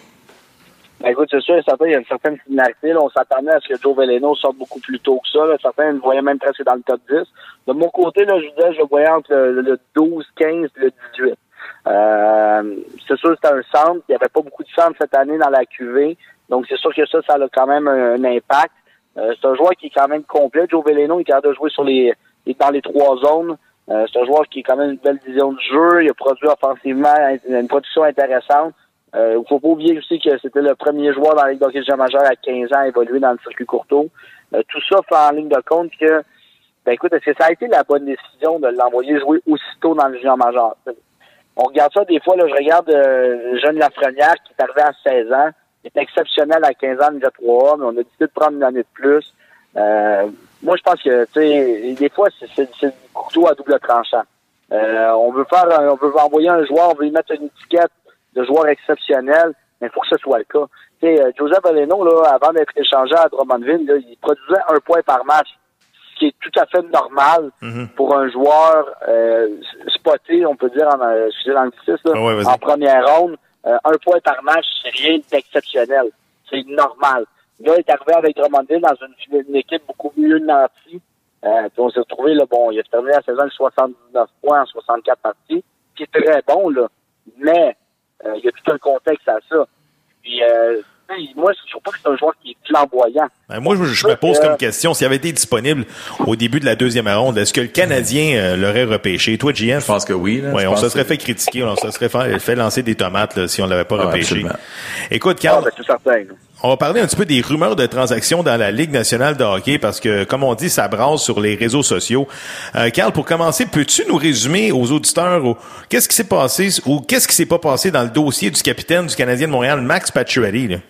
Ben écoute, c'est sûr et certain, il y a une certaine similarité. Là, on s'attendait à ce que Joe Veleno sorte beaucoup plus tôt que ça. Là. Certains le voyaient même presque dans le top dix. De mon côté, là, je disais, je le voyais entre le, le douze, quinze et le dix-huit. Euh, c'est sûr que c'était un centre. Il n'y avait pas beaucoup de centres cette année dans la Q V. Donc, c'est sûr que ça, ça a quand même un, un impact. Euh, c'est un joueur qui est quand même complet. Joe Veleno, il est capable de jouer sur les, dans les trois zones. Euh, c'est un joueur qui a quand même une belle vision du jeu. Il a produit offensivement une production intéressante. Il euh, ne faut pas oublier aussi que c'était le premier joueur dans la Ligue d'hockey junior majeur à quinze ans à évoluer dans le circuit Courteau. Euh, tout ça fait en ligne de compte que, ben écoute, est-ce que ça a été la bonne décision de l'envoyer jouer aussitôt dans le junior majeur? On regarde ça des fois, là, je regarde euh, Jeune Lafrenière qui est arrivé à seize ans, il est exceptionnel à quinze ans, niveau trois A, mais on a décidé de prendre une année de plus. Euh, moi, je pense que, tu sais, des fois, c'est, c'est, c'est du couteau à double tranchant. Euh, on veut faire, un, on veut envoyer un joueur, on veut lui mettre une étiquette de joueur exceptionnel, mais il faut que ce soit le cas. tu sais, Joseph Veleno, là, avant d'être échangé à Drummondville, là, il produisait un point par match, ce qui est tout à fait normal mm-hmm. pour un joueur euh, spoté, on peut dire, en, excusez l'anglicisme, là, oh ouais, en première ronde. Euh, un point par match, c'est rien d'exceptionnel. C'est normal. Là, il est arrivé avec Drummondville dans une, une équipe beaucoup mieux nantie. Euh, puis on s'est retrouvé, là, bon, il a terminé la saison avec soixante-dix-neuf points en soixante-quatre parties, qui est très bon, là. Mais euh, il y a tout un contexte à ça. Puis, euh, moi, je ne trouve pas que c'est un joueur qui est flamboyant. Ben, moi, je, je me pose euh, comme question, s'il avait été disponible au début de la deuxième ronde, est-ce que le Canadien euh, l'aurait repêché? Toi, J F? Je pense que oui. Là, ouais, on se serait que... fait critiquer, on se serait fait, fait lancer des tomates là, si on l'avait pas ah, repêché. Absolument. Écoute, Carl, ah, ben, c'est certain, là. On va parler un petit peu des rumeurs de transactions dans la Ligue nationale de hockey parce que, comme on dit, ça brasse sur les réseaux sociaux. Euh, Carl, pour commencer, peux-tu nous résumer aux auditeurs ou, qu'est-ce qui s'est passé ou qu'est-ce qui s'est pas passé dans le dossier du capitaine du Canadien de Montréal, Max Pacioretty, là?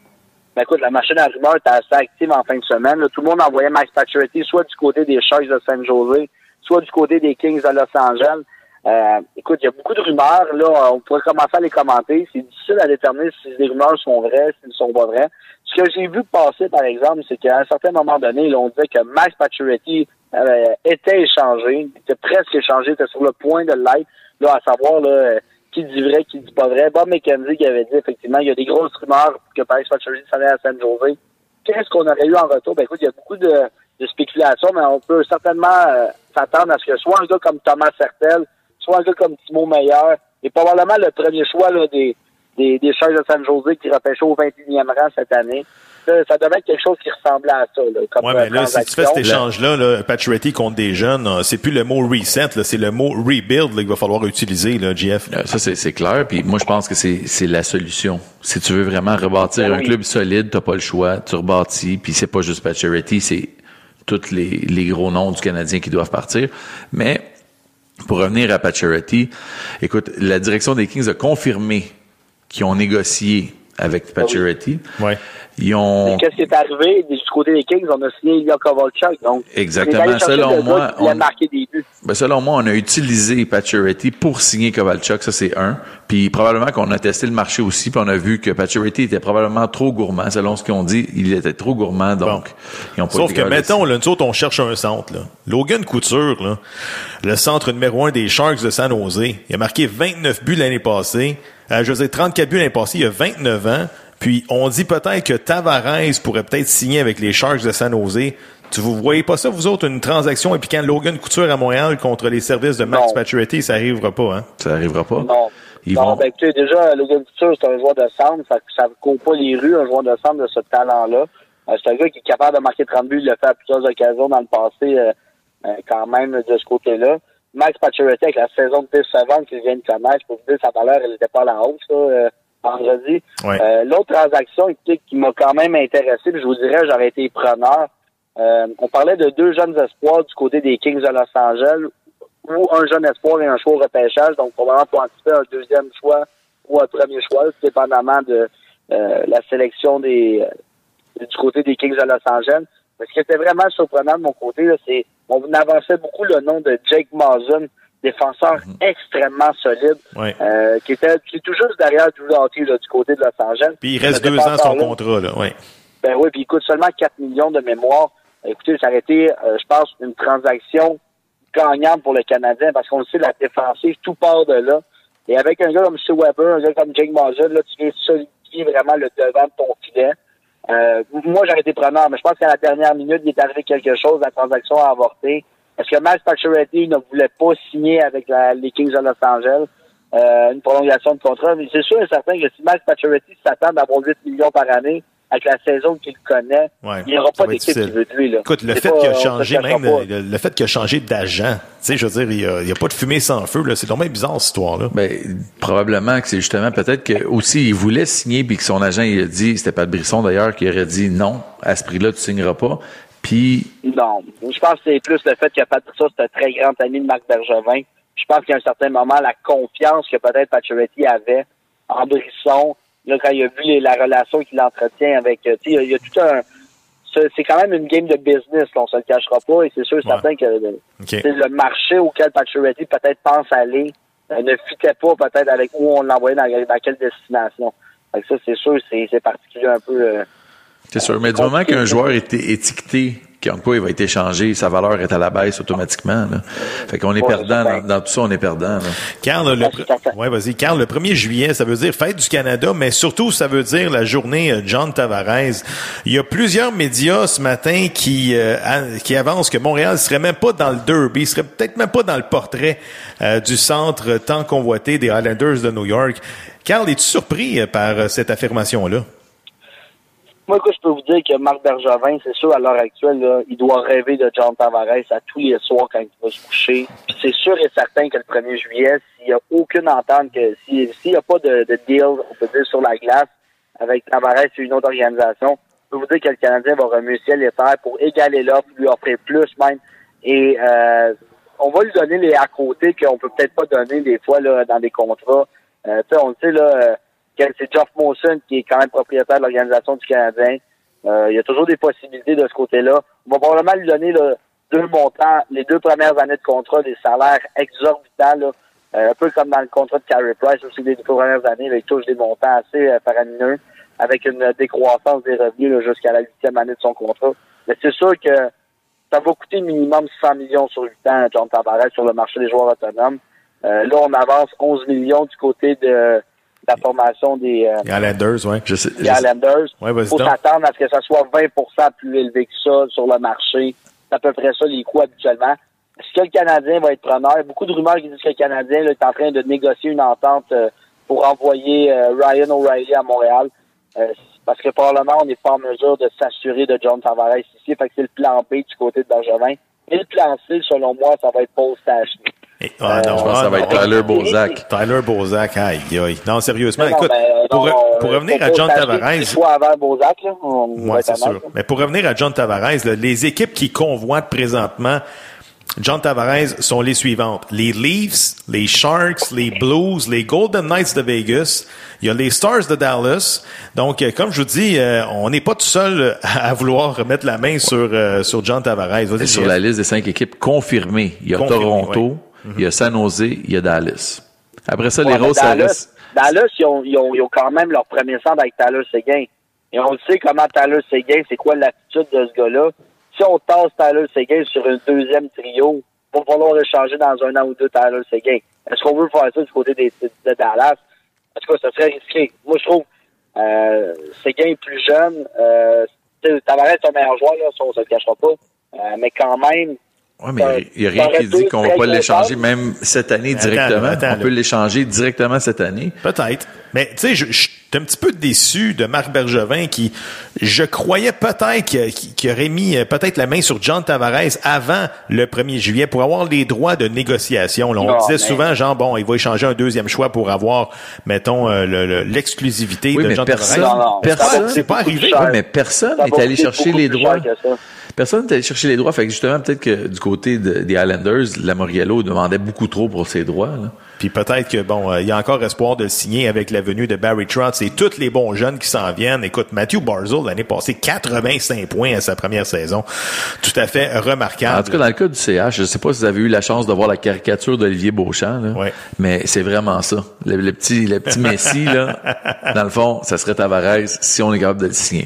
Ben écoute, la machine à rumeurs était assez active en fin de semaine. Là, tout le monde envoyait Max Pacioretty soit du côté des Sharks de San Jose, soit du côté des Kings de Los Angeles. Euh, écoute, il y a beaucoup de rumeurs, là, on pourrait commencer à les commenter. C'est difficile à déterminer si les rumeurs sont vraies, s'ils ne sont pas vraies. Ce que j'ai vu passer, par exemple, c'est qu'à un certain moment donné, là, on disait que Max Pacioretty euh, était échangé, était presque échangé, était sur le point de l'être, là, à savoir là, qui dit vrai, qui dit pas vrai. Bob McKenzie qui avait dit, effectivement, il y a des grosses rumeurs que Max Pacioretty s'en allait à San Jose. Qu'est-ce qu'on aurait eu en retour? Ben écoute, il y a beaucoup de, de spéculations, mais on peut certainement euh, s'attendre à ce que soit un gars comme Thomas Hertel, soit un gars comme Timo Meier, et probablement le premier choix là, des, des, des Sharks de San Jose qui repêchait au vingt et unième rang cette année. Ça, ça devait être quelque chose qui ressemblait à ça. Là, comme ouais, mais là, si tu fais cet échange-là, là, Pacioretty contre des jeunes, c'est plus le mot reset, là, c'est le mot rebuild là, qu'il va falloir utiliser, là, J F. Ça, c'est, c'est clair. Puis moi, je pense que c'est, c'est la solution. Si tu veux vraiment rebâtir oui. un club solide, t'as pas le choix. Tu rebâtis. Puis c'est pas juste Pacioretty, c'est tous les, les gros noms du Canadien qui doivent partir. Mais pour revenir à Pacioretty, écoute, la direction des Kings a confirmé qu'ils ont négocié avec Pacioretty. Ouais. Ils ont... Qu'est-ce qui est arrivé du côté des Kings? On a signé Ilya Kovalchuk. Donc, exactement. Selon moi, on... marqué des buts. Ben, selon moi, on a utilisé Pacioretty pour signer Kovalchuk. Ça, c'est un. Puis probablement qu'on a testé le marché aussi, puis on a vu que Pacioretty était probablement trop gourmand. Selon ce qu'ils ont dit, il était trop gourmand, donc bon. Ils ont pas Sauf que, mettons, là, nous autres, on cherche un centre. Là. Logan Couture, là, le centre numéro un des Sharks de San Jose, il a marqué vingt-neuf buts l'année passée. Euh, je veux dire, trente-quatre buts l'année passée, il a vingt-neuf ans. Puis, on dit peut-être que Tavares pourrait peut-être signer avec les Sharks de San Jose. Tu vous voyez pas ça, vous autres, une transaction impliquant Logan Couture à Montréal contre les services de Max non. Pacioretty, ça arrivera pas, hein? Ça arrivera pas? Non. Ils non, vont... ben, tu sais, déjà, Logan Couture, c'est un joueur de centre, ça, ça ne court pas les rues, un joueur de centre de ce talent-là. Euh, c'est un gars qui est capable de marquer trente buts, il l'a fait à plusieurs occasions dans le passé, euh, euh, quand même, de ce côté-là. Max Pacioretty, avec la saison de décevante qu'il vient de connaître, je peux vous dire, sa valeur, elle n'était pas à la hausse, là, euh, vendredi. Ouais. Euh, l'autre transaction qui, qui m'a quand même intéressé, puis je vous dirais, j'aurais été preneur. Euh, on parlait de deux jeunes espoirs du côté des Kings de Los Angeles, ou un jeune espoir et un choix au repêchage, donc probablement pour anticiper un deuxième choix ou un premier choix, dépendamment de euh, la sélection des euh, du côté des Kings de Los Angeles. Mais ce qui était vraiment surprenant de mon côté, là, c'est on avançait beaucoup le nom de Jake Mason, défenseur mm-hmm. extrêmement solide, ouais. euh, qui était qui est tout juste derrière Drew Doughty là, du côté de Los Angeles. Puis il reste deux ans son là. contrat, là, oui. Ben oui, puis il coûte seulement quatre millions de mémoire. Écoutez, ça aurait été, euh, je pense, une transaction gagnante pour le Canadien, parce qu'on le sait, la défensive, tout part de là. Et avec un gars comme Stu Weber, un gars comme Jake Mason, là, tu viens solidifier vraiment le devant de ton filet. Euh, moi, j'aurais été preneur, mais je pense qu'à la dernière minute, il est arrivé quelque chose, la transaction a avorté. Est-ce que Max Pacioretty ne voulait pas signer avec la, les Kings de Los Angeles euh, une prolongation de contrat? Mais c'est sûr et certain que si Max Pacioretty s'attend d'avoir huit millions par année avec la saison qu'il connaît, ouais, il n'y aura pas d'équipe qui veut de lui. Là. Écoute, le fait, pas, qu'il a changé même, le, le fait qu'il a changé d'agent, tu sais, je veux dire, il n'y a, a pas de fumée sans feu, là. C'est vraiment bizarre, cette histoire-là. Ben, probablement que c'est justement, peut-être que aussi, il voulait signer, puis que son agent, il a dit, c'était Pat Brisson d'ailleurs, qui aurait dit non, à ce prix-là, tu signeras pas. Puis... Non. Je pense que c'est plus le fait que Pat Brisson, c'est un très grand ami de Marc Bergevin. Je pense qu'à un certain moment, la confiance que peut-être Pacioretty avait en Brisson, là, quand il a vu les, la relation qu'il entretient avec, tu sais, il, il y a tout un, c'est quand même une game de business, là, on se le cachera pas, et c'est sûr et certain ouais. que le, okay. le marché auquel Pacioretty peut-être pense aller euh, ne fitait pas peut-être avec où on l'envoyait dans, dans quelle destination. Fait que ça, c'est sûr, c'est, c'est particulier un peu. Euh, c'est sûr, mais du moment qu'un joueur est étiqueté, qu'en quoi il va être échangé, sa valeur est à la baisse automatiquement. Là. Fait qu'on est ouais, perdant dans, dans tout ça, on est perdant. Là. Carl, le, pr- ouais, vas-y, Carl, le premier juillet, ça veut dire fête du Canada, mais surtout, ça veut dire la journée John Tavares. Il y a plusieurs médias ce matin qui euh, a, qui avancent que Montréal serait même pas dans le derby, serait peut-être même pas dans le portrait euh, du centre tant convoité des Islanders de New York. Carl, es-tu surpris par cette affirmation-là? Moi, écoute, je peux vous dire que Marc Bergevin, c'est sûr, à l'heure actuelle, là, il doit rêver de John Tavares à tous les soirs quand il va se coucher. Puis c'est sûr et certain que le premier juillet, s'il n'y a aucune entente, que s'il n'y a pas de, de deal, on peut dire, sur la glace, avec Tavares et une autre organisation, je peux vous dire que le Canadien va remuer ciel et terre pour égaler l'offre, lui offrir plus même. Et euh, on va lui donner les à côté qu'on peut peut-être pas donner des fois là dans des contrats. Euh, tu sais, on le sait, là... Euh, c'est Geoff Molson qui est quand même propriétaire de l'organisation du Canadien. Euh, il y a toujours des possibilités de ce côté-là. On va probablement lui donner là, deux montants, les deux premières années de contrat, des salaires exorbitants, là, euh, un peu comme dans le contrat de Carey Price, aussi les deux premières années, là, il touche des montants assez euh, faramineux, avec une décroissance des revenus là, jusqu'à la huitième année de son contrat. Mais c'est sûr que ça va coûter minimum cent millions sur huit ans à John Tavares sur le marché des joueurs autonomes. Euh, là, on avance onze millions du côté de la formation des euh, Islanders, ouais. Je sais, des Islanders. Il ouais, faut s'attendre à ce que ça soit vingt pour cent plus élevé que ça sur le marché. C'est à peu près ça les coûts habituellement. Est-ce que le Canadien va être preneur? Il y a beaucoup de rumeurs qui disent que le Canadien là, est en train de négocier une entente euh, pour envoyer euh, Ryan O'Reilly à Montréal. Euh, parce que probablement, on n'est pas en mesure de s'assurer de John Tavares ici. Fait que c'est le plan B du côté de Bergevin. Et le plan C, selon moi, ça va être Paul Stastny. Ah non, je pense que ça va être Tyler Bozak. Tyler Bozak, aïe, aïe. Non, sérieusement, non, écoute, mais, pour, non, pour revenir à John Tavares... Soit avant Bozak, là. Oui, c'est sûr. Mais pour revenir à John Tavares, là, les équipes qui convoitent présentement John Tavares sont les suivantes. Les Leafs, les Sharks, les Blues, les Golden Knights de Vegas. Il y a les Stars de Dallas. Donc, comme je vous dis, euh, on n'est pas tout seul à vouloir mettre la main sur, euh, sur John Tavares. Vas-y, sur la liste des cinq équipes confirmées, il y a confirmé, Toronto, ouais. Mm-hmm. Il y a San Jose, il y a Dallas. Après ça, ouais, les Roses, ça reste... Dallas, ils ont, ils, ont, ils ont quand même leur premier centre avec Tyler Seguin. Et on sait comment Tyler Seguin, c'est quoi l'attitude de ce gars-là. Si on tasse Tyler Seguin sur un deuxième trio, il va falloir échanger dans un an ou deux Tyler Seguin. Est-ce qu'on veut faire ça du côté des, de, de Dallas? En tout cas, ça serait risqué. Moi, je trouve euh, Seguin est plus jeune. Euh, Tavares est un meilleur joueur, là, ça, on se le cachera pas. Euh, mais quand même... Oui, mais il n'y a rien qui dit qu'on va pas l'échanger même cette année directement. Attends, attends, on peut l'échanger directement cette année. Peut-être. Mais tu sais, je, je suis un petit peu déçu de Marc Bergevin qui, je croyais peut-être qu'il, qu'il aurait mis peut-être la main sur John Tavares avant le premier juillet pour avoir les droits de négociation. Là, on non, disait mais... souvent, genre, bon, il va échanger un deuxième choix pour avoir, mettons, euh, le, le, l'exclusivité oui, de mais John personne, Tavares. Non, non, personne, c'est pas arrivé. Oui, mais personne n'est allé chercher les droits. Personne n'est allé chercher les droits. Fait que justement, peut-être que du côté de, des Islanders, Lamoriello demandait beaucoup trop pour ses droits. Là. Puis peut-être que, bon, il euh, y a encore espoir de le signer avec la venue de Barry Trotz et tous les bons jeunes qui s'en viennent. Écoute, Matthew Barzal, l'année passée, quatre-vingt-cinq points à sa première saison. Tout à fait remarquable. En tout cas, dans le cas du C H, je sais pas si vous avez eu la chance de voir la caricature d'Olivier Beauchamp, là, ouais. mais c'est vraiment ça. Le, le petit, le petit Messi, là, dans le fond, ça serait Tavares si on est capable de le signer.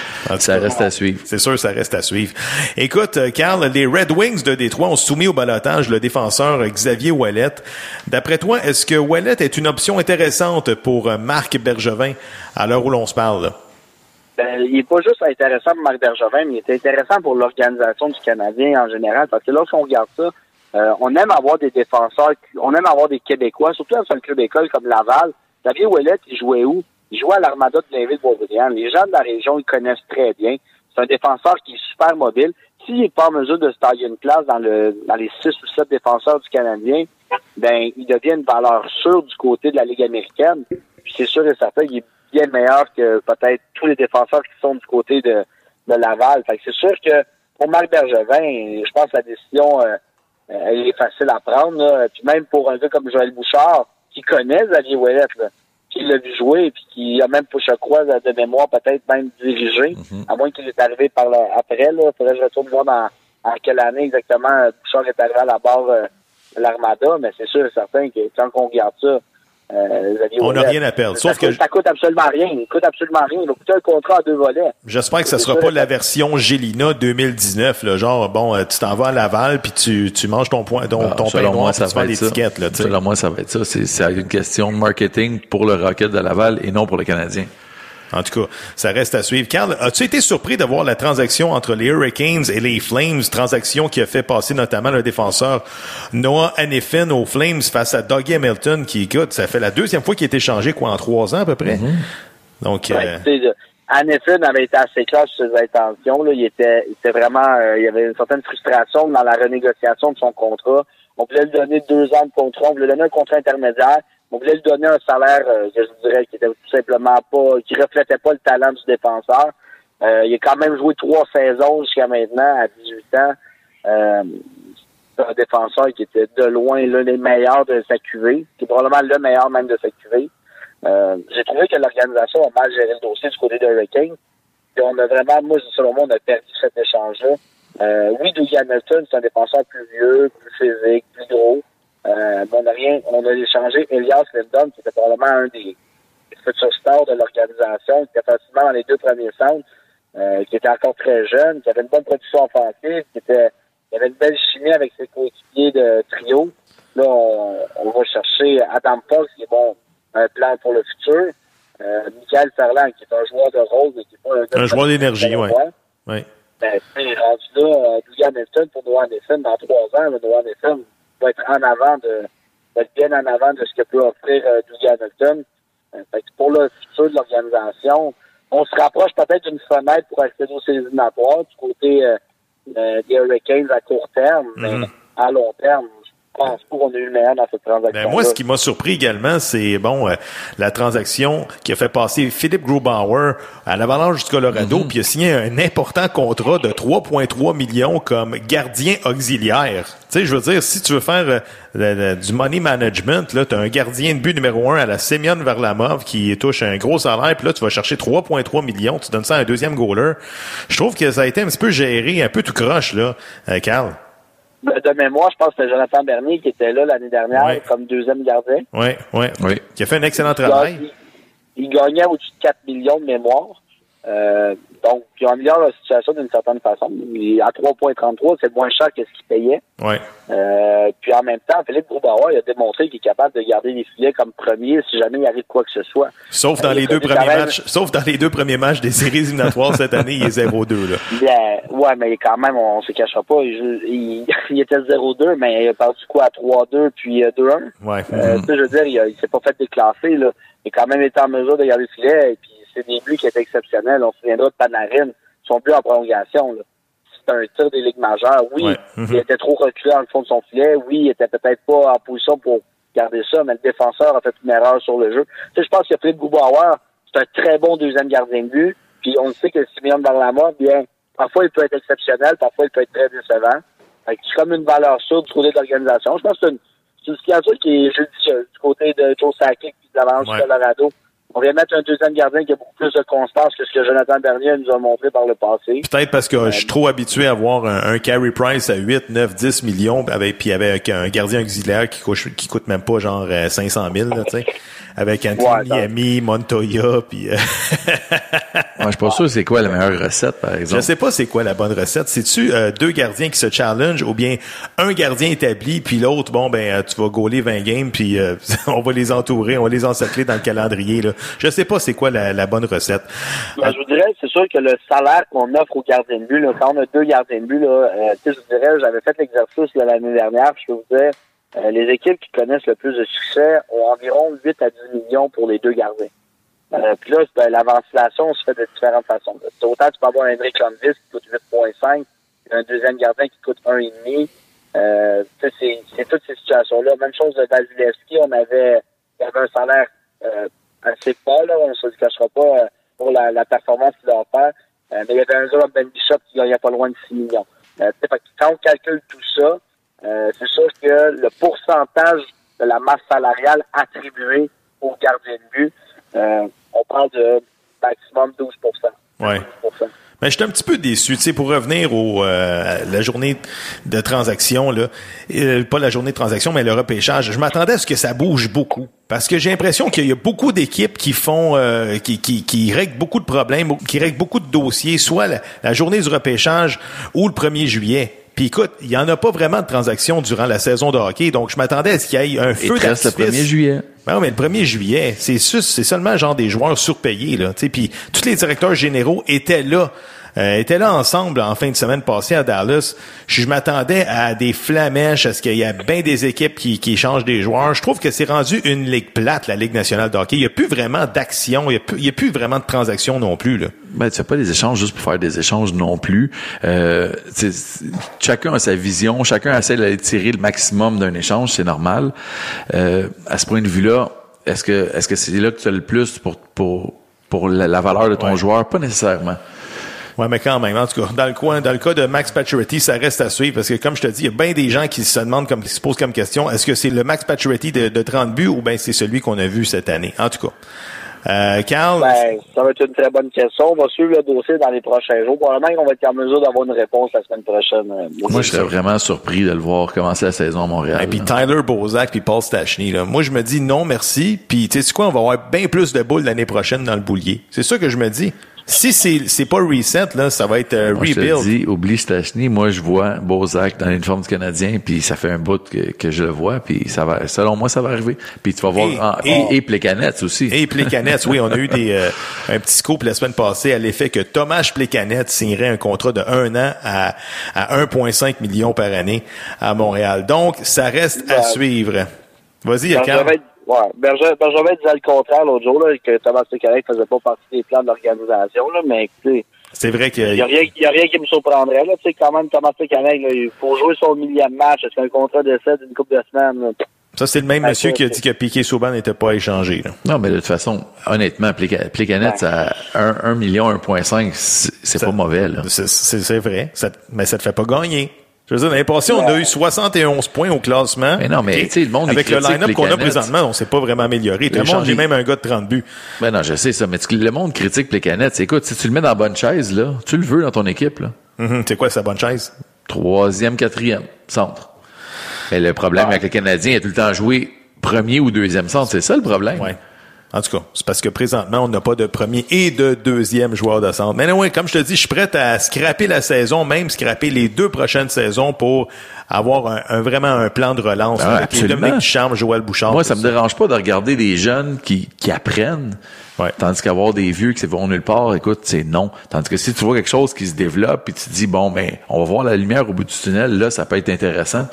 Ça reste à suivre. C'est sûr, ça reste à suivre. Écoute, Carl, les Red Wings de Détroit ont soumis au ballottage le défenseur Xavier Ouellet. D'après toi, est-ce que Ouellet est une option intéressante pour Marc Bergevin à l'heure où l'on se parle? Là? Ben, il n'est pas juste intéressant pour Marc Bergevin, mais il est intéressant pour l'organisation du Canadien en général. Parce que lorsqu'on regarde ça, euh, on aime avoir des défenseurs, on aime avoir des Québécois, surtout dans un club école comme Laval. Xavier Ouellet, il jouait où? Il jouait à l'Armada de Blainville-Boisbriand. Les gens de la région, ils connaissent très bien. C'est un défenseur qui est super mobile. S'il n'est pas en mesure de se tailler une place dans le dans les six ou sept défenseurs du Canadien, ben il devient une valeur sûre du côté de la Ligue américaine. Puis c'est sûr et certain qu'il est bien meilleur que peut-être tous les défenseurs qui sont du côté de, de Laval. Fait que c'est sûr que pour Marc Bergevin, je pense que la décision euh, elle est facile à prendre. Là. Puis même pour un gars comme Joël Bouchard, qui connaît Xavier Ouellet, là, qui l'a vu jouer et qui a même, je crois, de mémoire, peut-être même dirigé, mm-hmm. à moins qu'il est arrivé par là, après. Là, faudrait que je retourne voir dans, en quelle année exactement Bouchard est arrivé à la barre euh, de l'Armada, mais c'est sûr et certain que quand on regarde ça, Euh, on n'a rien à perdre. Ça, Sauf coûte, que ça coûte absolument rien. Il coûte absolument rien. Il va coûter un contrat à deux volets. J'espère que ça sera pas la version Gélina deux mille dix-neuf, là, genre bon, tu t'en vas à Laval puis tu tu manges ton point ton, ah, ton pain noir, puis tu vends l'étiquette là, tu sais. Selon moi, ça va être ça. C'est c'est une question de marketing pour le Rocket de Laval et non pour le Canadien. En tout cas, ça reste à suivre. Carl, as-tu été surpris de voir la transaction entre les Hurricanes et les Flames, transaction qui a fait passer notamment le défenseur Noah Hanifin aux Flames face à Dougie Hamilton, qui, écoute, ça fait la deuxième fois qu'il a été changé, quoi, en trois ans à peu près. Mm-hmm. Donc, ouais, euh... Hanifin avait été assez clair sur ses intentions. Là. Il était, il était vraiment, euh, il y avait une certaine frustration dans la renégociation de son contrat. On voulait lui donner deux ans de contrat, on voulait lui donner un contrat intermédiaire. On voulait lui donner un salaire, euh, que je dirais, qui était tout simplement pas, qui reflétait pas le talent du défenseur. Euh, il a quand même joué trois saisons jusqu'à maintenant, à dix-huit ans. Euh, c'est un défenseur qui était de loin l'un des meilleurs de sa Q V, qui est probablement le meilleur même de sa Q V. Euh, j'ai trouvé que l'organisation a mal géré le dossier du côté de Hurricane. Et on a vraiment, moi, selon moi, on a perdu cet échange-là. Euh, oui, Dougie Hamilton, c'est un défenseur plus vieux, plus physique, plus gros. Euh, mais on a rien, on a échangé Elias Lindholm, qui était probablement un des futurs stars de l'organisation, qui était facilement dans les deux premiers centres, euh, qui était encore très jeune, qui avait une bonne production offensive, qui était, qui avait une belle chimie avec ses coéquipiers de trio. Là, on, on va chercher Adam Fox, qui est bon, un plan pour le futur. Euh, Michael Ferland, qui est un joueur de rôle, mais qui est pas un, un joueur d'énergie, oui. Ouais. Ben, c'est rendu là, euh, Dougie Hamilton pour Noah Hanifin, dans trois ans, Noah Hanifin va être en avant de, va être bien en avant de ce que peut offrir euh, Dougie Hamilton. Euh, fait que pour le futur de l'organisation, on se rapproche peut-être d'une fenêtre pour accéder aux séries éliminatoires du côté euh, euh, des Hurricanes à court terme, mm-hmm. mais à long terme, je pense pas qu'on a eu le meilleur dans cette transaction. Ben moi, ce qui m'a surpris également, c'est bon euh, la transaction qui a fait passer Philippe Grubauer à l'Avalanche du Colorado, mm-hmm. puis il a signé un important contrat de trois virgule trois millions comme gardien auxiliaire. Tu sais, je veux dire, si tu veux faire euh, le, le, du money management, là, tu as un gardien de but numéro un à la Semyon Varlamov qui touche un gros salaire, puis là, tu vas chercher trois virgule trois millions, tu donnes ça à un deuxième goaler. Je trouve que ça a été un petit peu géré, un peu tout croche, là, euh, Carl. De mémoire, je pense que c'était Jonathan Bernier qui était là l'année dernière ouais. comme deuxième gardien. Oui, oui, oui. Qui a fait un excellent travail. Il, il gagnait au-dessus de quatre millions de mémoire. Euh, donc, il améliore la situation d'une certaine façon. Il, à trois virgule trente-trois, c'est moins cher que ce qu'il payait. Oui. Euh, puis en même temps, Philippe Grubauer, il a démontré qu'il est capable de garder les filets comme premier si jamais il arrive quoi que ce soit. Sauf dans euh, les deux premiers même... matchs, sauf dans les deux premiers matchs des séries éliminatoires cette année, il est zéro deux, là. Bien, ouais, mais quand même, on, on se cachera pas. Il, il, il était zéro deux, mais il a perdu quoi à trois deux puis deux un. Ouais. Euh, mm-hmm. Tu sais, je veux dire, il, a, il s'est pas fait déclasser, là. Il a quand même été en mesure de garder le filet, et puis c'est des buts qui étaient exceptionnels. On se souviendra de Panarin, son but en prolongation, là. C'était un tir des ligues majeures. Oui, ouais. mm-hmm. il était trop reculé dans le fond de son filet. Oui, il était peut-être pas en position pour garder ça, mais le défenseur a fait une erreur sur le jeu. Tu sais, je pense que Philippe Grubauer, c'est un très bon deuxième gardien de but. Puis on sait que Semyon Varlamov, bien, parfois il peut être exceptionnel, parfois il peut être très décevant. Fait que c'est comme une valeur sûre du côté de l'organisation. Je pense que c'est une, c'est une signature qui est judicieuse du côté de Joe Sakic et de l'Avalanche du Colorado. On vient mettre un deuxième gardien qui a beaucoup plus de constance que ce que Jonathan Bernier nous a montré par le passé. Peut-être parce que euh, je suis trop habitué à voir un, un Carey Price à huit, neuf, dix millions, avec, puis avec un gardien auxiliaire qui coûte, qui coûte même pas genre cinq cent mille, là, tu sais. Avec Anthony ouais, Ami, Montoya, puis... Euh... ouais, je suis pas sûr c'est quoi la meilleure recette, par exemple. Je sais pas c'est quoi la bonne recette. C'est-tu euh, deux gardiens qui se challenge ou bien un gardien établi, puis l'autre, bon, ben tu vas gauler vingt games, puis euh, on va les entourer, on va les encercler dans le calendrier, là. Je sais pas c'est quoi la, la bonne recette. Ben, je vous dirais, c'est sûr que le salaire qu'on offre aux gardiens de but, là, quand on a deux gardiens de but, là, euh, tu sais, je vous dirais, j'avais fait l'exercice là, l'année dernière, puis je peux vous dire, Euh, les équipes qui connaissent le plus de succès ont environ huit à dix millions pour les deux gardiens. Euh, puis là, ben, la ventilation se fait de différentes façons. Autant tu peux avoir un Henrik Lundqvist qui coûte huit virgule cinq, un deuxième gardien qui coûte un virgule cinq. Euh, c'est, c'est toutes ces situations-là. Même chose de Vasilevski, on avait, il avait un salaire euh, assez bas, là, on ne se le cachera pas, euh, pour la, la performance qu'il a offert. Euh, mais il y avait un Zola Ben Bishop qui gagnait pas loin de six millions. Euh, fait que quand on calcule tout ça, Euh, c'est sûr que le pourcentage de la masse salariale attribuée aux gardiens de but, euh, on parle de maximum douze pour cent. Ouais. douze pour cent. Ben, j'étais un petit peu déçu, tu sais, pour revenir au euh, la journée de transaction, là, euh, pas la journée de transaction, mais le repêchage. Je m'attendais à ce que ça bouge beaucoup, parce que j'ai l'impression qu'il y a beaucoup d'équipes qui font, euh, qui, qui, qui règlent beaucoup de problèmes, qui règlent beaucoup de dossiers, soit la, la journée du repêchage ou le premier juillet. Puis écoute, il y en a pas vraiment de transactions durant la saison de hockey, donc je m'attendais à ce qu'il y ait un feu d'artifice. le premier juillet. Ben oui, mais le premier juillet, c'est c'est seulement genre des joueurs surpayés, là, tu sais, puis tous les directeurs généraux étaient là. Euh, étaient là ensemble en fin de semaine passée à Dallas. Je, je m'attendais à des flamèches, à ce qu'il y a bien des équipes qui, qui changent des joueurs. Je trouve que c'est rendu une ligue plate, la Ligue nationale de hockey. Il n'y a plus vraiment d'action, il n'y a, a plus vraiment de transactions non plus, là. Ben, tu fais pas des échanges juste pour faire des échanges non plus. Euh, chacun a sa vision, chacun essaie d'aller tirer le maximum d'un échange, c'est normal. Euh, à ce point de vue-là, est-ce que est-ce que c'est là que tu as le plus pour pour pour la, la valeur de ton ouais. joueur? Pas nécessairement. Ouais, mais quand même, en tout cas, dans le coin, dans le cas de Max Pacioretty, ça reste à suivre parce que, comme je te dis, il y a bien des gens qui se demandent, comme qui se posent comme question, est-ce que c'est le Max Pacioretty de, de trente buts ou bien c'est celui qu'on a vu cette année? En tout cas. Euh, Carl? Ben, ça va être une très bonne question. On va suivre le dossier dans les prochains jours. Probablement qu'on va être en mesure d'avoir une réponse la semaine prochaine. Moi, je serais vraiment surpris de le voir commencer la saison à Montréal. Et puis Tyler Bozak puis Paul Stachny, là. Moi, je me dis non, merci. Puis, tu sais quoi, on va avoir bien plus de boules l'année prochaine dans le boulier. C'est ça que je me dis. Si c'est c'est pas reset, là, ça va être euh, moi, rebuild. Je te dis, oublie Stachny. Moi, je vois Bozak dans l'uniforme du Canadien, puis ça fait un bout que, que je le vois, puis ça va, selon moi, ça va arriver. Puis tu vas voir, et, ah, et, et Plekanec aussi. Et Plekanec, oui, on a eu des euh, un petit scoop la semaine passée à l'effet que Tomáš Plekanec signerait un contrat de un an à à un virgule cinq million par année à Montréal. Donc, ça reste à suivre. Vas-y, Carl. Ouais, Berger, Bergevin disait le contraire l'autre jour, là, que Tomáš Plekanec faisait pas partie des plans de l'organisation, là, mais écoutez. C'est vrai qu'il y a rien, il y a rien qui me surprendrait, là. Tu sais, quand même, Tomáš Plekanec, là, il faut jouer son millième match. Est-ce qu'un contrat de sept d'une couple de semaines, là? Ça, c'est le même monsieur ça, qui a dit que Piquet Souban n'était pas échangé, là. Non, mais de toute façon, honnêtement, Plekanec, ouais. à un million, un virgule cinq, c'est, c'est ça, pas mauvais, là. C'est, c'est, c'est vrai. Ça, mais ça te fait pas gagner. Je veux dire, l'année passée, on a eu soixante et onze points au classement. Mais non, mais tu sais, le monde avec le line-up qu'on a présentement, on s'est pas vraiment amélioré. Tu as changé même un gars de trente buts. Ben non, je sais ça, mais le monde critique Plekanec. Écoute, si tu le mets dans la bonne chaise, là, tu le veux dans ton équipe, là. Mm-hmm. C'est quoi sa bonne chaise? Troisième, quatrième centre. Mais le problème ouais. avec le Canadien, il a tout le temps joué premier ou deuxième centre. C'est ça le problème. Ouais. En tout cas, c'est parce que présentement, on n'a pas de premier et de deuxième joueur de centre. Mais non, oui, comme je te dis, je suis prêt à scraper la saison, même scraper les deux prochaines saisons pour avoir un, un vraiment un plan de relance. Ah, avec les Dominique Ducharme, Joël Bouchard. Moi, ça me ça. dérange pas de regarder des jeunes qui, qui apprennent. Ouais. Tandis qu'avoir des vieux qui vont nulle part, écoute, c'est non. Tandis que si tu vois quelque chose qui se développe et tu te dis, bon, ben, on va voir la lumière au bout du tunnel, là, ça peut être intéressant.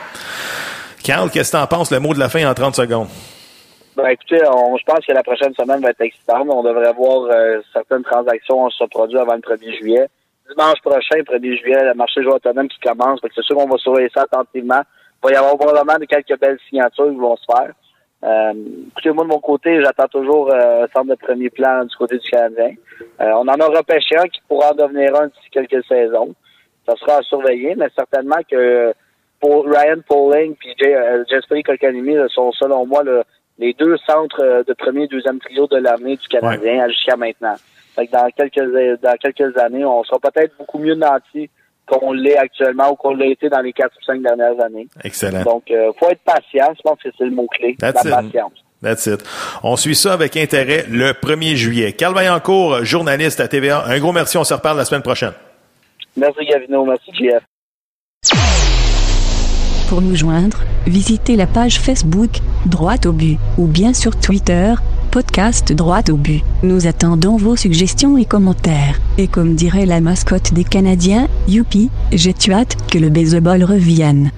Carl, qu'est-ce que t'en penses? Le mot de la fin en trente secondes. Ben, écoutez, on, je pense que la prochaine semaine va être excitante. On devrait voir euh, certaines transactions se produire avant le premier juillet. Dimanche prochain, premier juillet, le marché joueur autonome qui commence. Fait que c'est sûr qu'on va surveiller ça attentivement. Il va y avoir probablement quelques belles signatures qui vont se faire. Euh, écoutez, moi, de mon côté, j'attends toujours euh, un centre de premier plan du côté du Canadien. Euh, on en a repêché un qui pourra en devenir un d'ici quelques saisons. Ça sera à surveiller, mais certainement que pour Ryan Poehling et euh, Jesperi Kotkaniemi sont, selon moi, le les deux centres de premier et deuxième trio de l'armée du Canadien ouais. jusqu'à maintenant. Fait que dans quelques dans quelques années, on sera peut-être beaucoup mieux nantis qu'on l'est actuellement ou qu'on l'a été dans les quatre ou cinq dernières années. Excellent. Donc, euh, faut être patient. Je pense que c'est le mot-clé. That's la it. patience. That's it. On suit ça avec intérêt le premier juillet. Carl Vaillancourt, journaliste à T V A. Un gros merci. On se reparle la semaine prochaine. Merci, Gavino. Merci, J F. Pour nous joindre, visitez la page Facebook Droite au but ou bien sur Twitter Podcast Droite au but. Nous attendons vos suggestions et commentaires. Et comme dirait la mascotte des Canadiens, youpi, j'ai hâte que le baseball revienne.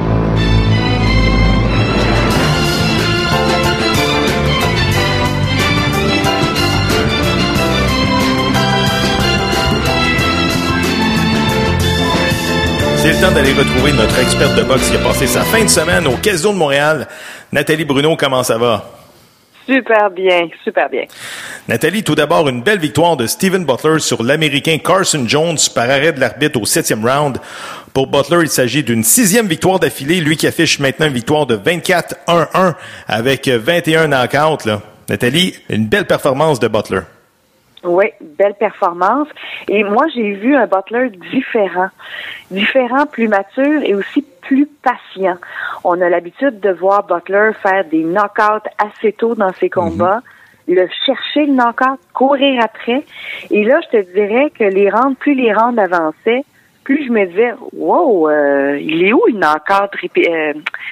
C'est le temps d'aller retrouver notre experte de boxe qui a passé sa fin de semaine au Casino de Montréal. Nathalie Bruno, comment ça va? Super bien, super bien. Nathalie, tout d'abord, une belle victoire de Steven Butler sur l'Américain Carson Jones par arrêt de l'arbitre au septième round. Pour Butler, il s'agit d'une sixième victoire d'affilée, lui qui affiche maintenant une victoire de vingt-quatre un un avec vingt et un knockouts. Là. Nathalie, une belle performance de Butler. Oui, belle performance. Et moi, j'ai vu un Butler différent. Différent, plus mature et aussi plus patient. On a l'habitude de voir Butler faire des knockouts assez tôt dans ses combats, mm-hmm. le chercher, le knockout, courir après. Et là, je te dirais que les rounds, plus les rounds avançaient, plus je me disais, wow, euh, il est où le knockout répi- euh,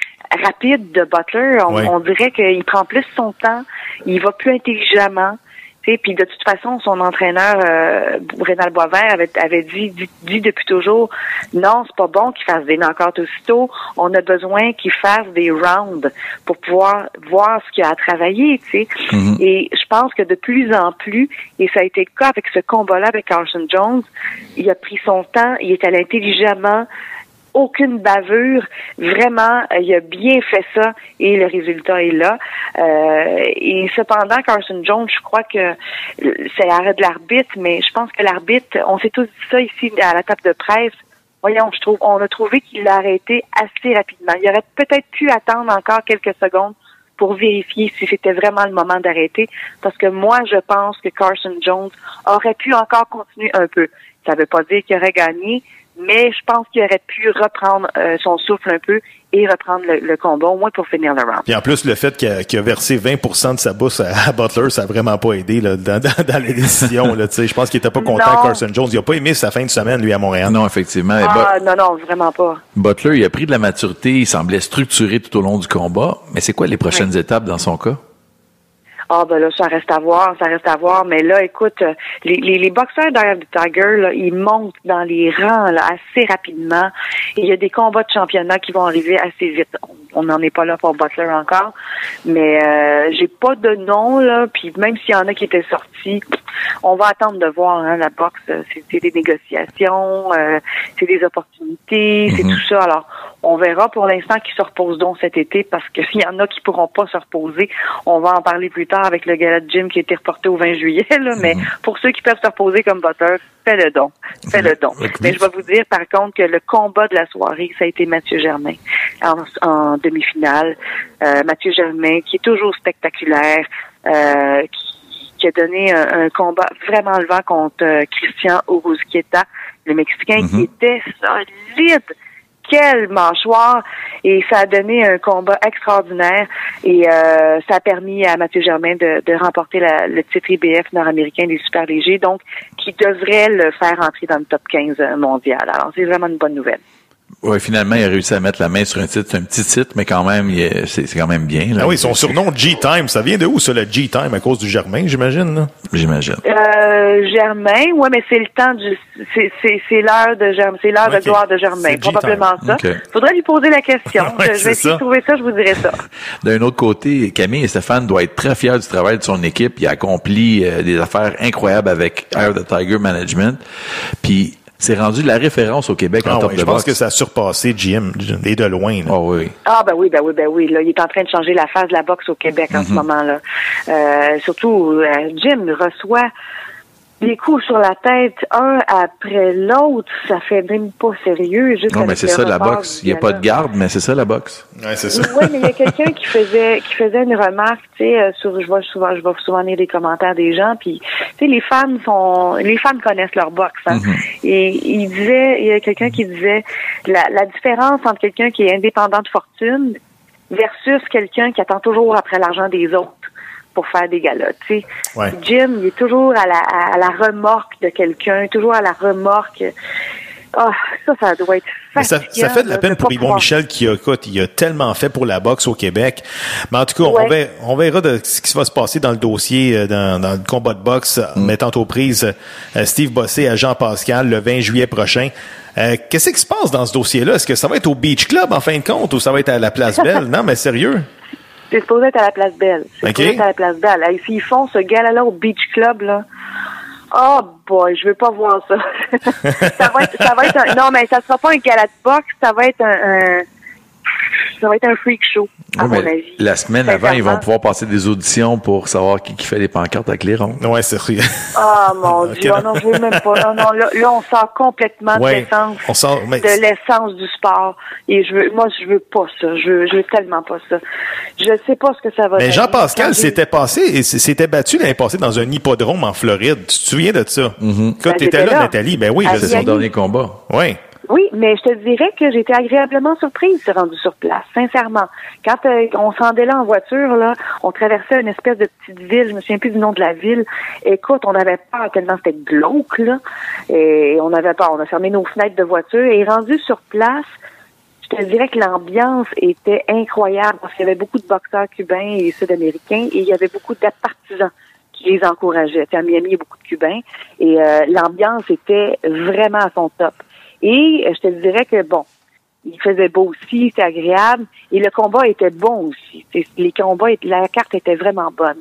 rapide de Butler? On, oui. on dirait qu'il prend plus son temps, il va plus intelligemment. Puis de toute façon, son entraîneur, euh, Rénal Boisvert, avait, avait dit, dit, dit depuis toujours, non, c'est pas bon qu'il fasse des knockouts aussitôt. On a besoin qu'il fasse des rounds pour pouvoir voir ce qu'il a à travailler, tu sais. Mm-hmm. Et je pense que de plus en plus, et ça a été le cas avec ce combat-là avec Carson Jones, il a pris son temps, il est allé intelligemment, aucune bavure, vraiment, il a bien fait ça et le résultat est là. Euh, et cependant, Carson Jones, je crois que c'est l'arrêt de l'arbitre, mais je pense que l'arbitre, on s'est tous dit ça ici à la table de presse, voyons, je trouve, on a trouvé qu'il l'a arrêté assez rapidement. Il aurait peut-être pu attendre encore quelques secondes pour vérifier si c'était vraiment le moment d'arrêter, parce que moi, je pense que Carson Jones aurait pu encore continuer un peu. Ça ne veut pas dire qu'il aurait gagné, mais je pense qu'il aurait pu reprendre euh, son souffle un peu et reprendre le, le combat, au moins pour finir le round. Et en plus, le fait qu'il a, qu'il a versé vingt pour cent de sa bourse à, à Butler, ça a vraiment pas aidé là, dans, dans, dans les décisions. Là, je pense qu'il était pas content de Carson Jones. Il a pas aimé sa fin de semaine, lui, à Montréal. Non, effectivement. Ah, But- non, non, vraiment pas. Butler, il a pris de la maturité, il semblait structuré tout au long du combat. Mais c'est quoi les prochaines oui. étapes dans son cas? Ah, ben là, ça reste à voir, ça reste à voir. Mais là, écoute, les, les, les boxeurs derrière the Tiger, là, ils montent dans les rangs là, assez rapidement. Et il y a des combats de championnat qui vont arriver assez vite. On n'en est pas là pour Butler encore. Mais euh, j'ai pas de nom, là. Puis même s'il y en a qui étaient sortis, on va attendre de voir, hein, la boxe. C'est, c'est des négociations, euh, c'est des opportunités, mm-hmm. c'est tout ça. Alors, on verra pour l'instant qui se repose donc cet été parce qu'il y en a qui pourront pas se reposer. On va en parler plus tard avec le gala de gym qui a été reporté au vingt juillet, là, mais mm-hmm. pour ceux qui peuvent se reposer comme Butler, fais le don. Fais le don. Mm-hmm. Mais je vais vous dire, par contre, que le combat de la soirée, ça a été Mathieu Germain en, en demi-finale. Euh, Mathieu Germain, qui est toujours spectaculaire, euh, qui, qui a donné un, un combat vraiment levant contre euh, Christian Uruzquieta, le Mexicain, mm-hmm. qui était solide. Quel mâchoire! Et ça a donné un combat extraordinaire et euh, ça a permis à Mathieu Germain de, de remporter la, le titre I B F nord-américain des super légers, donc qui devrait le faire entrer dans le top quinze mondial. Alors, c'est vraiment une bonne nouvelle. Oui, finalement, il a réussi à mettre la main sur un titre. C'est un petit titre, mais quand même, il est, c'est, c'est quand même bien. Là. Ah oui, son surnom G-Time, ça vient de où, ça, le G-Time, à cause du Germain, j'imagine? Là? J'imagine. Euh, Germain, oui, mais c'est le temps du... C'est, c'est, c'est l'heure de Germain, c'est l'heure okay. de gloire de Germain, c'est probablement G-Time. Ça. Okay. Faudrait lui poser la question. ouais, je vais essayer ça. de trouver ça, je vous dirai ça. D'un autre côté, Camille et Stéphane doivent être très fiers du travail de son équipe. Il a accompli euh, des affaires incroyables avec Eye of the Tiger Management. Puis... c'est rendu la référence au Québec en ah top oui, de boxe. Je pense que ça a surpassé G M et de loin. Ah oh oui. Ah ben oui, ben oui, ben oui. Là, il est en train de changer la face de la boxe au Québec mm-hmm. en ce moment-là. Euh, surtout, euh, Jim reçoit des coups sur la tête, un après l'autre, ça fait même pas sérieux. Juste non, mais c'est ça la boxe. Il n'y a pas de garde, mais c'est ça la boxe. Ouais, c'est ça. Oui, mais il y a quelqu'un qui faisait qui faisait une remarque, tu sais, sur je vois souvent je vois souvent lire des commentaires des gens, puis tu sais, les fans sont les fans connaissent leur boxe, hein. Mm-hmm. Et il disait, il y a quelqu'un qui disait la, la différence entre quelqu'un qui est indépendant de fortune versus quelqu'un qui attend toujours après l'argent des autres pour faire des galas, tu sais. Ouais. Jim, il est toujours à la, à la remorque de quelqu'un, toujours à la remorque. Ah, oh, ça, ça doit être fatigant. Ça, ça fait de la peine de pour Yvon Michel qui a, écoute, il a tellement fait pour la boxe au Québec. Mais en tout cas, ouais. on, verra, on verra de ce qui va se passer dans le dossier, dans, dans le combat de boxe, mm. mettant aux prises Steve Bossé à Jean Pascal le vingt juillet prochain. Euh, qu'est-ce qui se passe dans ce dossier-là? Est-ce que ça va être au Beach Club en fin de compte ou ça va être à la Place Belle? Non, mais sérieux? C'est supposé être à la Place Belle. C'est okay. supposé être à la Place Belle. Hey, s'ils font ce gala-là au Beach Club, là, oh boy, je veux pas voir ça. ça va être, ça va être un, non, mais ça sera pas un gala de boxe, ça va être un, un ça va être un freak show, à oui, mon avis. La semaine avant, ils vont pouvoir passer des auditions pour savoir qui, qui fait les pancartes avec les ronds. Ouais, c'est vrai. Ah, mon Dieu. Okay. Oh, non, je veux même pas. Non, non, là, là on sort complètement ouais, de l'essence. On sort, mais... de l'essence du sport. Et je veux, moi, je veux pas ça. Je veux, je veux tellement pas ça. Je sais pas ce que ça va Mais être. Jean-Pascal s'était passé, et s'était battu l'année passée dans un hippodrome en Floride. Tu te souviens de ça? Mm-hmm. Quand ben, t'étais là, là, Nathalie, ben oui. C'est son dernier combat. Oui. Oui, mais je te dirais que j'étais agréablement surprise de rendu sur place, sincèrement. Quand euh, on s'en allait en voiture, là, on traversait une espèce de petite ville, je me souviens plus du nom de la ville. Écoute, on avait peur tellement c'était glauque, là. Et on avait peur, on a fermé nos fenêtres de voiture. Et rendu sur place, je te dirais que l'ambiance était incroyable parce qu'il y avait beaucoup de boxeurs cubains et sud-américains et il y avait beaucoup de partisans qui les encourageaient. À Miami, il y a beaucoup de Cubains et euh, l'ambiance était vraiment à son top. Et je te dirais que, bon, il faisait beau aussi, c'était agréable. Et le combat était bon aussi. Les combats, la carte était vraiment bonne.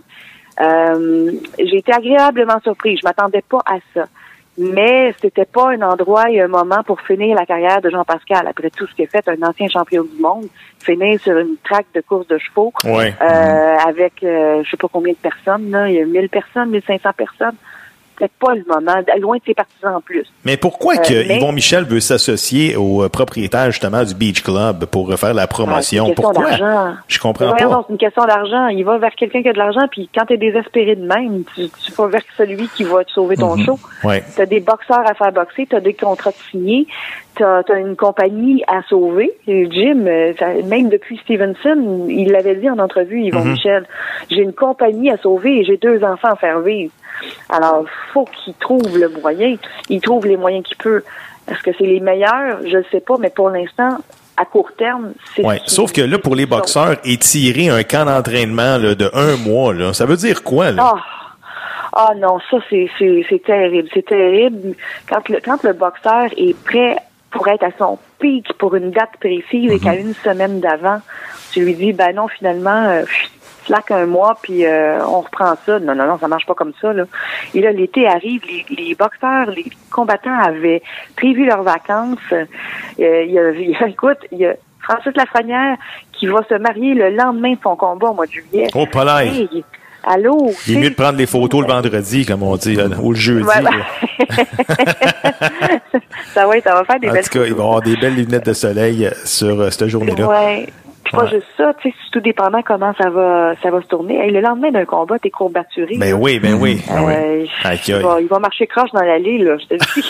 Euh, j'ai été agréablement surprise. Je m'attendais pas à ça. Mais c'était pas un endroit et un moment pour finir la carrière de Jean-Pascal. Après tout ce qu'il a fait, un ancien champion du monde, finir sur une track de course de chevaux, ouais. euh, mm-hmm. avec euh, je sais pas combien de personnes, là. Il y a mille personnes, mille cinq cents personnes. Peut-être pas le moment, loin de ses partisans en plus. Mais pourquoi euh, que mais... Yvon Michel veut s'associer au propriétaire justement du Beach Club pour faire la promotion? Ah, c'est une pourquoi? D'argent. Je comprends ouais, pas. Non, c'est une question d'argent. Il va vers quelqu'un qui a de l'argent, puis quand t'es désespéré de même, tu, tu vas vers celui qui va te sauver ton mm-hmm. show. Ouais. T'as des boxeurs à faire boxer, t'as des contrats signés, t'as, t'as une compagnie à sauver. Et Jim, ça, même depuis Stevenson, il l'avait dit en entrevue, Yvon mm-hmm. Michel, j'ai une compagnie à sauver et j'ai deux enfants à faire vivre. Alors, faut qu'il trouve le moyen. Il trouve les moyens qu'il peut. Est-ce que c'est les meilleurs? Je ne sais pas, mais pour l'instant, à court terme, c'est... Ouais. Sauf que là, pour les boxeurs, étirer un camp d'entraînement là, de un mois, là, ça veut dire quoi, là? Ah, ah non, ça, c'est, c'est, c'est terrible. C'est terrible. Quand le, quand le boxeur est prêt pour être à son pic pour une date précise mm-hmm. et qu'à une semaine d'avant, tu lui dis, ben non, finalement... Euh, slack un mois, puis euh, on reprend ça. Non, non, non, ça marche pas comme ça, là. Et là, l'été arrive, les, les boxeurs, les combattants avaient prévu leurs vacances. Euh, il y a, il y a, écoute, il y a Francis Lafrenière qui va se marier le lendemain de son combat au mois de juillet. Oh, pas là. Hey, allô? Il est mieux de prendre les photos le vendredi, comme on dit, là, ou le jeudi. Ouais, ça va être, ça va faire des en belles tout cas, il va y avoir des belles lunettes de soleil sur euh, cette journée-là. Ouais. Puis pas ouais. juste ça, tu sais, c'est tout dépendant comment ça va ça va se tourner. Hey, le lendemain d'un combat, t'es courbaturé. Ben là. oui, ben oui. Euh, oui. Il, va, il va marcher croche dans l'allée, là, je te le dis.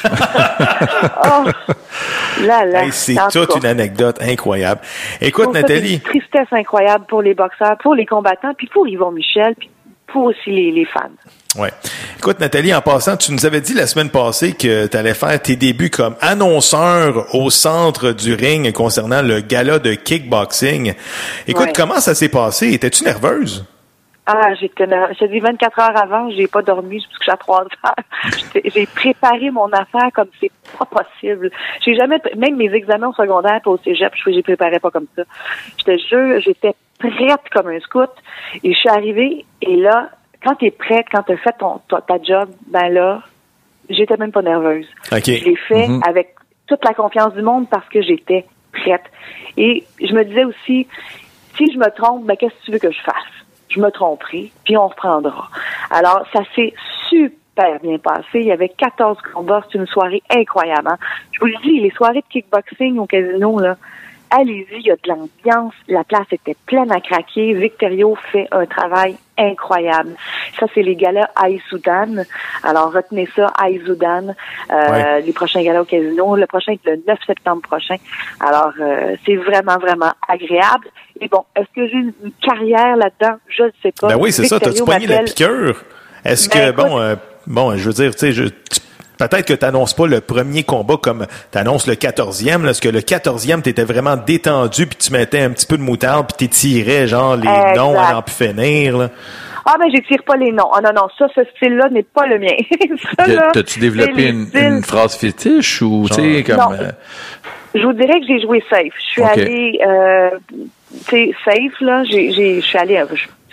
oh, là, là. Hey, c'est toute une anecdote incroyable. Écoute, pour Nathalie. C'est une tristesse incroyable pour les boxeurs, pour les combattants, puis pour Yvon Michel, puis pour aussi les, les fans. Ouais. Écoute, Nathalie, en passant, tu nous avais dit la semaine passée que tu allais faire tes débuts comme annonceur au centre du ring concernant le gala de kickboxing. Écoute, ouais. comment ça s'est passé? Étais-tu nerveuse? Ah, j'étais nerveuse. Je te dis vingt-quatre heures avant, j'ai pas dormi, je me suis couchée à trois heures. J'ai préparé mon affaire comme c'est pas possible. J'ai jamais, même mes examens au secondaire et au cégep, je les préparais pas comme ça. Je te jure, j'étais prête comme un scout et je suis arrivée et là, quand t'es prête, quand t'as fait ton, ta, ta job, ben là, j'étais même pas nerveuse. Okay. Je l'ai fait mm-hmm. avec toute la confiance du monde parce que j'étais prête. Et je me disais aussi, si je me trompe, ben qu'est-ce que tu veux que je fasse? Je me tromperai, puis on reprendra. Alors, ça s'est super bien passé. Il y avait quatorze combats. C'est une soirée incroyable. Hein? Je vous le dis, les soirées de kickboxing au casino, là, allez-y, il y a de l'ambiance. La place était pleine à craquer. Victorio fait un travail incroyable. Ça, c'est les galas Aïe-Soudan. Alors, retenez ça, Aïe-Soudan. Euh, ouais. Les prochains galas au casino. Le prochain est le neuf septembre prochain. Alors, euh, c'est vraiment, vraiment agréable. Et bon, est-ce que j'ai une carrière là-dedans? Je ne sais pas. Ben oui, c'est Victorio ça. T'as-tu pogné la piqûre? Est-ce ben, que, écoute, bon, euh, bon, je veux dire, tu sais, je... Tu... Peut-être que tu n'annonces pas le premier combat comme tu annonces le quatorzième, parce que le quatorzième, tu étais vraiment détendu, puis tu mettais un petit peu de moutarde, puis tu tirais genre les exact. Noms à n'en plus finir. Là. Ah, ben, j'étire pas les noms. Ah, non, non, ça, ce style-là n'est pas le mien. ça, là, T'as-tu développé une, une phrase fétiche ou, tu sais, comme... Non, euh... je vous dirais que j'ai joué safe. Je suis okay. allée, euh, tu sais, safe, là, j'ai, j'ai, je suis allée, je,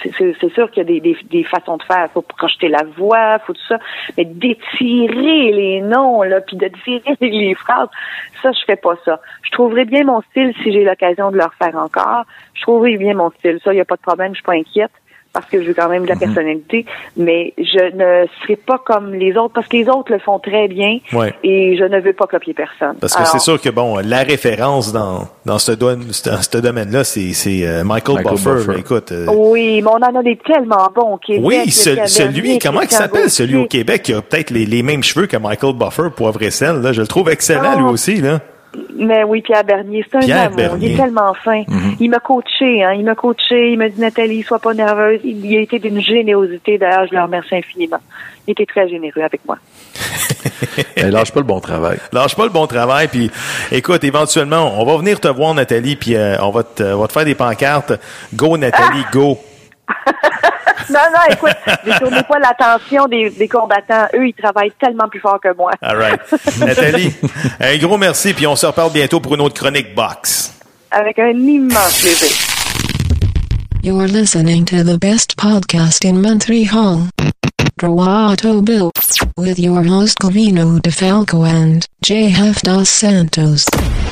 C'est, c'est, c'est sûr qu'il y a des, des, des façons de faire. Il faut projeter la voix, faut tout ça. Mais d'étirer les noms, là, puis de tirer les phrases, ça, je fais pas ça. Je trouverais bien mon style si j'ai l'occasion de le refaire encore. Je trouverais bien mon style. Ça, il n'y a pas de problème, je suis pas inquiète. Parce que j'ai quand même de la personnalité, mais je ne serai pas comme les autres, parce que les autres le font très bien, ouais. et je ne veux pas copier personne. Parce que Alors, c'est sûr que, bon, la référence dans dans ce, do- dans ce domaine-là, c'est, c'est euh, Michael, Michael Buffer. Buffer. Écoute, euh... Oui, mais on en a des tellement bons au Québec. Oui, ce, celui, comment il s'appelle, celui au Québec, qui a peut-être les, les mêmes cheveux que Michael Buffer, poivre et sel, là. Je le trouve excellent, oh. lui aussi, là. Mais oui, Pierre Bernier, c'est un Pierre amour. Bernier. Il est tellement fin. Mm-hmm. Il m'a coaché, hein. Il m'a coaché. Il m'a dit, Nathalie, sois pas nerveuse. Il, il a été d'une générosité. D'ailleurs, je le remercie infiniment. Il était très généreux avec moi. Lâche pas le bon travail. Lâche pas le bon travail. Puis, écoute, éventuellement, on va venir te voir, Nathalie, puis euh, on va te, on va te faire des pancartes. Go, Nathalie, ah! Go. Non, non, écoute, détournez pas l'attention des, des combattants. Eux, ils travaillent tellement plus fort que moi. All right. Nathalie, un gros merci, puis on se reparle bientôt pour une autre chronique box. Avec un immense plaisir. You're listening to the best podcast in Montreal. Droit au but. With your host Covino DeFalco and J F Dos Santos.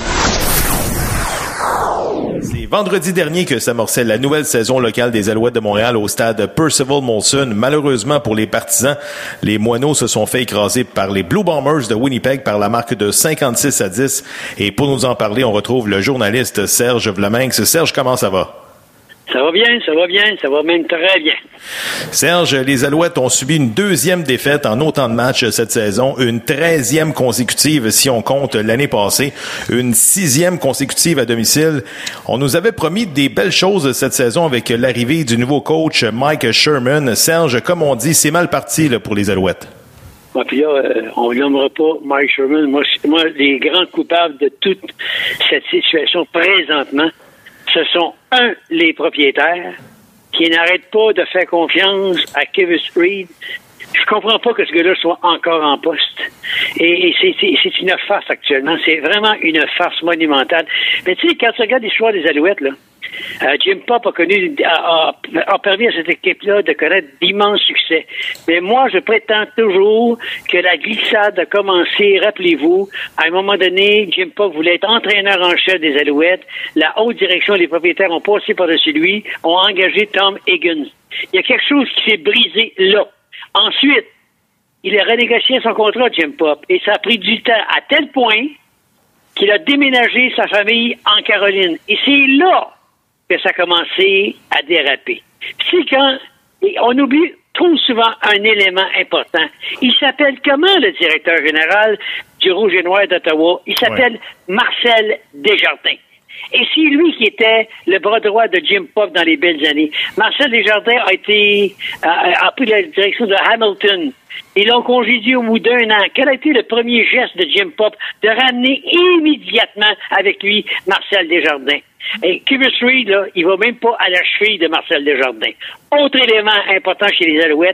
C'est vendredi dernier que s'amorçait la nouvelle saison locale des Alouettes de Montréal au stade Percival Molson. Malheureusement pour les partisans, les Moineaux se sont fait écraser par les Blue Bombers de Winnipeg par la marque de cinquante-six à dix. Et pour nous en parler, on retrouve le journaliste Serge Vlaminx. Serge, comment ça va? Ça va bien, ça va bien, ça va même très bien. Serge, les Alouettes ont subi une deuxième défaite en autant de matchs cette saison, une treizième consécutive si on compte l'année passée, une sixième consécutive à domicile. On nous avait promis des belles choses cette saison avec l'arrivée du nouveau coach Mike Sherman. Serge, comme on dit, c'est mal parti là, pour les Alouettes. Ouais, puis là, euh, on nommera pas Mike Sherman. Moi, moi, les grands coupables de toute cette situation présentement, ce sont, un, les propriétaires qui n'arrêtent pas de faire confiance à Kevin Reed. Je comprends pas que ce gars-là soit encore en poste. Et, et c'est, c'est, c'est une farce actuellement. C'est vraiment une farce monumentale. Mais tu sais, quand tu regardes l'histoire des Alouettes, là, euh, Jim Popp a connu, a, a, a permis à cette équipe-là de connaître d'immenses succès. Mais moi, je prétends toujours que la glissade a commencé, rappelez-vous, à un moment donné, Jim Popp voulait être entraîneur en chef des Alouettes. La haute direction, les propriétaires ont passé par-dessus lui, ont engagé Tom Higgins. Il y a quelque chose qui s'est brisé là. Ensuite, il a renégocié son contrat, Jim Popp, et ça a pris du temps à tel point qu'il a déménagé sa famille en Caroline. Et c'est là que ça a commencé à déraper. C'est quand on oublie trop souvent un élément important. Il s'appelle comment, le directeur général du Rouge et Noir d'Ottawa? Il s'appelle ouais. Marcel Desjardins. Et c'est lui qui était le bras droit de Jim Popp dans les belles années. Marcel Desjardins a été a, a pris la direction de Hamilton. Ils l'ont congédié au bout d'un an. Quel a été le premier geste de Jim Popp? De ramener immédiatement avec lui Marcel Desjardins. Et Kevin Reed, là, il va même pas à la cheville de Marcel Desjardins. Autre élément important chez les Alouettes,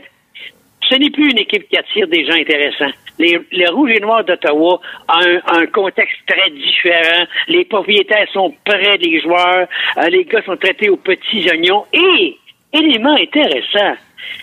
ce n'est plus une équipe qui attire des gens intéressants. Les, les Rouges et Noirs d'Ottawa ont un, un contexte très différent. Les propriétaires sont près des joueurs. Euh, les gars sont traités aux petits oignons. Et, élément intéressant,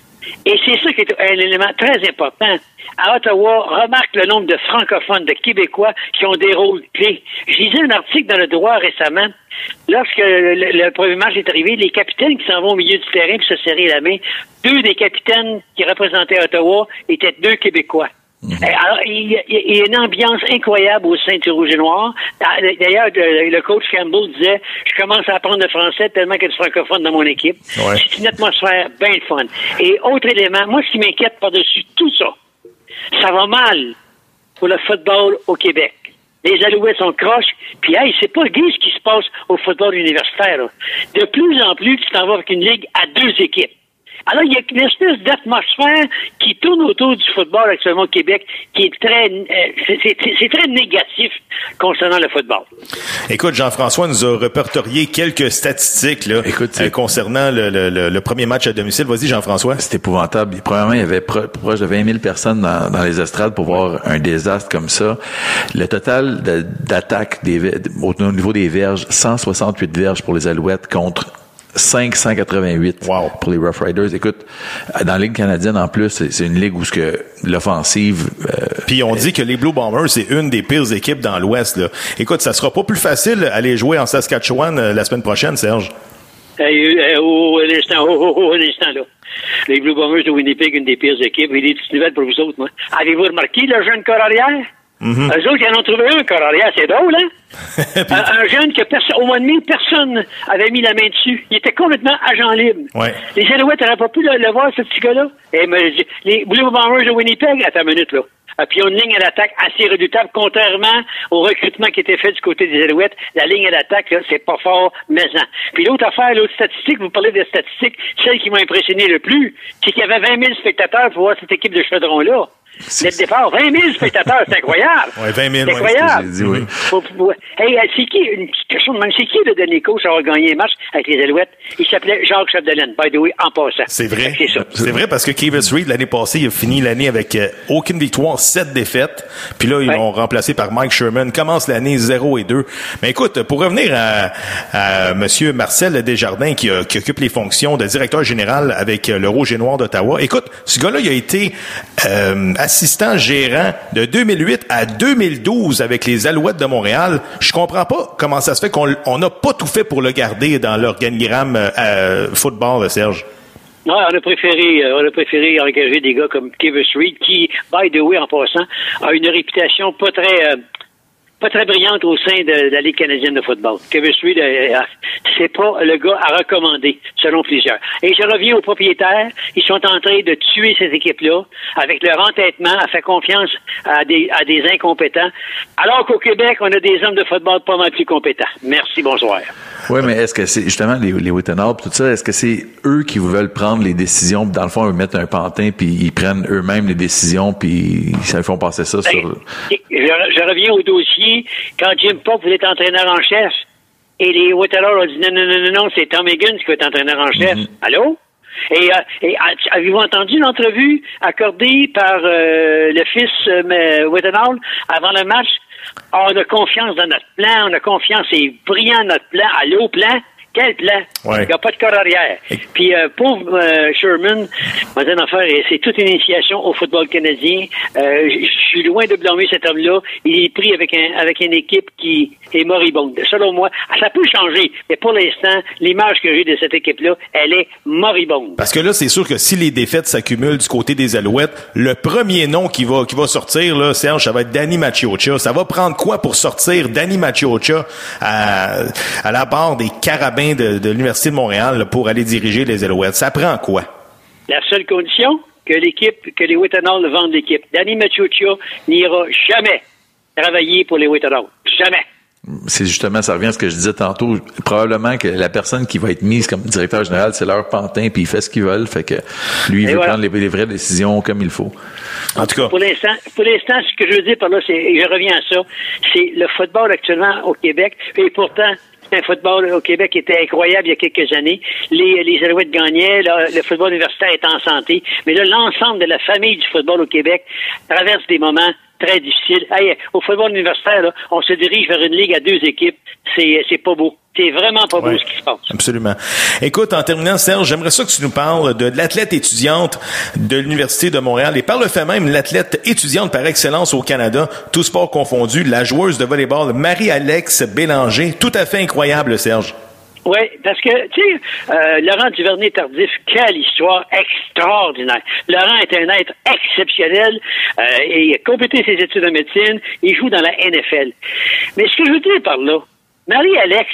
et c'est ça qui est un élément très important. À Ottawa, remarque le nombre de francophones, de Québécois qui ont des rôles clés. Je lisais un article dans Le Droit récemment. Lorsque le, le, le premier match est arrivé, les capitaines qui s'en vont au milieu du terrain pour se serrer la main, deux des capitaines qui représentaient Ottawa étaient deux Québécois. Mm-hmm. Alors, il y, a, il y a une ambiance incroyable au sein du Rouge et Noir. D'ailleurs, le, le coach Campbell disait, je commence à apprendre le français tellement qu'il y a de francophones dans mon équipe. Ouais. C'est une atmosphère bien fun. Et autre élément, moi, ce qui m'inquiète par-dessus tout ça, ça va mal pour le football au Québec. Les Alouettes sont croches, puis hey, c'est pas gay ce qui se passe au football universitaire. Là. De plus en plus, tu t'en vas avec une ligue à deux équipes. Alors, il y a une espèce d'atmosphère qui tourne autour du football actuellement au Québec qui est très, euh, c'est, c'est, c'est très négatif concernant le football. Écoute, Jean-François nous a répertorié quelques statistiques là, Écoute, euh, concernant le, le, le premier match à domicile. Vas-y, Jean-François. C'est épouvantable. Premièrement, il y avait pro- proche de vingt mille personnes dans, dans les estrades pour voir un désastre comme ça. Le total de, d'attaque des, au niveau des verges, cent soixante-huit verges pour les Alouettes contre cinq cent quatre-vingt-huit wow. pour les Rough Riders. Écoute, dans la Ligue canadienne, en plus, c'est, c'est une ligue où ce que l'offensive... Euh, Puis on dit que les Blue Bombers, c'est une des pires équipes dans l'Ouest. Là. Écoute, ça sera pas plus facile d'aller jouer en Saskatchewan euh, la semaine prochaine, Serge. Hey, euh, oh, un instant, oh, oh, oh, un instant, là. Les Blue Bombers de Winnipeg, une des pires équipes. Et des petites nouvelles pour vous autres, moi. Avez-vous remarqué le jeune corps arrière? Mm-hmm. Eux autres, ils en ont trouvé un corps arrière. C'est drôle, hein? un, un jeune que perso- au mois de mai, personne avait mis la main dessus. Il était complètement agent libre. Ouais. Les Alouettes n'auraient pas pu le, le voir, ce petit gars-là. Et me, les Blue Bombers de Winnipeg, attends une minute, là. Ah, puis ils ont une ligne à l'attaque assez redoutable, contrairement au recrutement qui était fait du côté des Alouettes. La ligne à l'attaque, là, c'est pas fort, mais non. Puis l'autre affaire, l'autre statistique, vous parlez des statistiques, celle qui m'a impressionné le plus, c'est qu'il y avait vingt mille spectateurs pour voir cette équipe de Chaudron-là. Dès le départ, vingt mille spectateurs, c'est incroyable. Oui, vingt mille, c'est incroyable. Ouais, c'est, oui. faut, faut, hey, c'est qui, une petite question de même, c'est qui le dernier coach à avoir gagné un match avec les Alouettes? Il s'appelait Jacques Chapdelaine, by the way, en passant. C'est vrai. C'est ça. C'est vrai parce que Kivas Reed, l'année passée, il a fini l'année avec euh, aucune victoire, sept défaites. Puis là, ils ouais. l'ont remplacé par Mike Sherman. Commence l'année zéro et deux. Mais écoute, pour revenir à, à monsieur Marcel Desjardins, qui, a, qui occupe les fonctions de directeur général avec le Rouge et Noir d'Ottawa. Écoute, ce gars-là, il a été euh, assistant gérant de deux mille huit à deux mille douze avec les Alouettes de Montréal. Je comprends pas comment ça se fait qu'on on n'a pas tout fait pour le garder dans l'organigramme euh, football, Serge. Non, on a préféré, on a préféré engager des gars comme Kivas Reed, qui, by the way, en passant, a une réputation pas très, euh, pas très brillante au sein de, de la Ligue canadienne de football. Kivas Reed, euh, c'est pas le gars à recommander, selon plusieurs. Et je reviens aux propriétaires. Ils sont en train de tuer cette équipe-là avec leur entêtement, à faire confiance à des, à des incompétents. Alors qu'au Québec, on a des hommes de football pas mal plus compétents. Merci, bonsoir. Oui, mais est-ce que c'est justement les, les Whittenall, tout ça, est-ce que c'est eux qui veulent prendre les décisions, dans le fond, ils mettent un pantin, puis ils prennent eux-mêmes les décisions, puis ils font passer ça sur... Ben, je, je reviens au dossier. Quand Jim Pope voulait être entraîneur en chef, et les Whittenall ont dit non, non, non, non, non, c'est Tom Higgins qui va être entraîneur en chef. Mm-hmm. Allô? Et, euh, et avez-vous entendu l'entrevue accordée par euh, le fils euh, Whittenall avant le match? On a confiance dans notre plan, on a confiance, c'est brillant notre plan. Allô, plan? Quel plan? Ouais. Il n'y a pas de corps arrière. Et... Puis, euh, pauvre euh, Sherman, moi, une affaire, c'est toute une initiation au football canadien. Euh, je suis loin de blâmer cet homme-là. Il est pris avec un avec une équipe qui est moribonde. Selon moi, ça peut changer, mais pour l'instant, l'image que j'ai de cette équipe-là, elle est moribonde. Parce que là, c'est sûr que si les défaites s'accumulent du côté des Alouettes, le premier nom qui va qui va sortir, là, Serge, ça va être Danny Maciocia. Ça va prendre quoi pour sortir Danny Maciocia à, à la barre des Carabins De, de l'Université de Montréal là, pour aller diriger les Alouettes? Ça prend quoi? La seule condition, que l'équipe, que les Whittenall vendent l'équipe. Danny Maciocia n'ira jamais travailler pour les Whittenall. Jamais. C'est justement, ça revient à ce que je disais tantôt. Probablement que la personne qui va être mise comme directeur général, c'est leur pantin, puis il fait ce qu'ils veulent. Fait que lui, il Et veut voilà. prendre les, les vraies décisions comme il faut. En tout cas. Pour l'instant, pour l'instant, ce que je veux dire par là, c'est, et je reviens à ça, c'est le football actuellement au Québec. Et pourtant, un football au Québec était incroyable il y a quelques années. Les, les Alouettes gagnaient, là, le football universitaire est en santé. Mais là, l'ensemble de la famille du football au Québec traverse des moments très difficiles. Hey, au football universitaire, là, on se dirige vers une ligue à deux équipes. C'est, c'est pas beau. C'est vraiment pas beau ouais, ce qui se passe. Absolument. Écoute, en terminant, Serge, j'aimerais ça que tu nous parles de, de l'athlète étudiante de l'Université de Montréal et par le fait même l'athlète étudiante par excellence au Canada, tout sport confondu, la joueuse de volleyball Marie-Alex Bélanger. Tout à fait incroyable, Serge. Oui, parce que, tu sais, euh, Laurent Duvernay-Tardif, quelle histoire extraordinaire. Laurent est un être exceptionnel, euh, et il a complété ses études en médecine, il joue dans la N F L. Mais ce que je veux dire par là, Marie-Alex,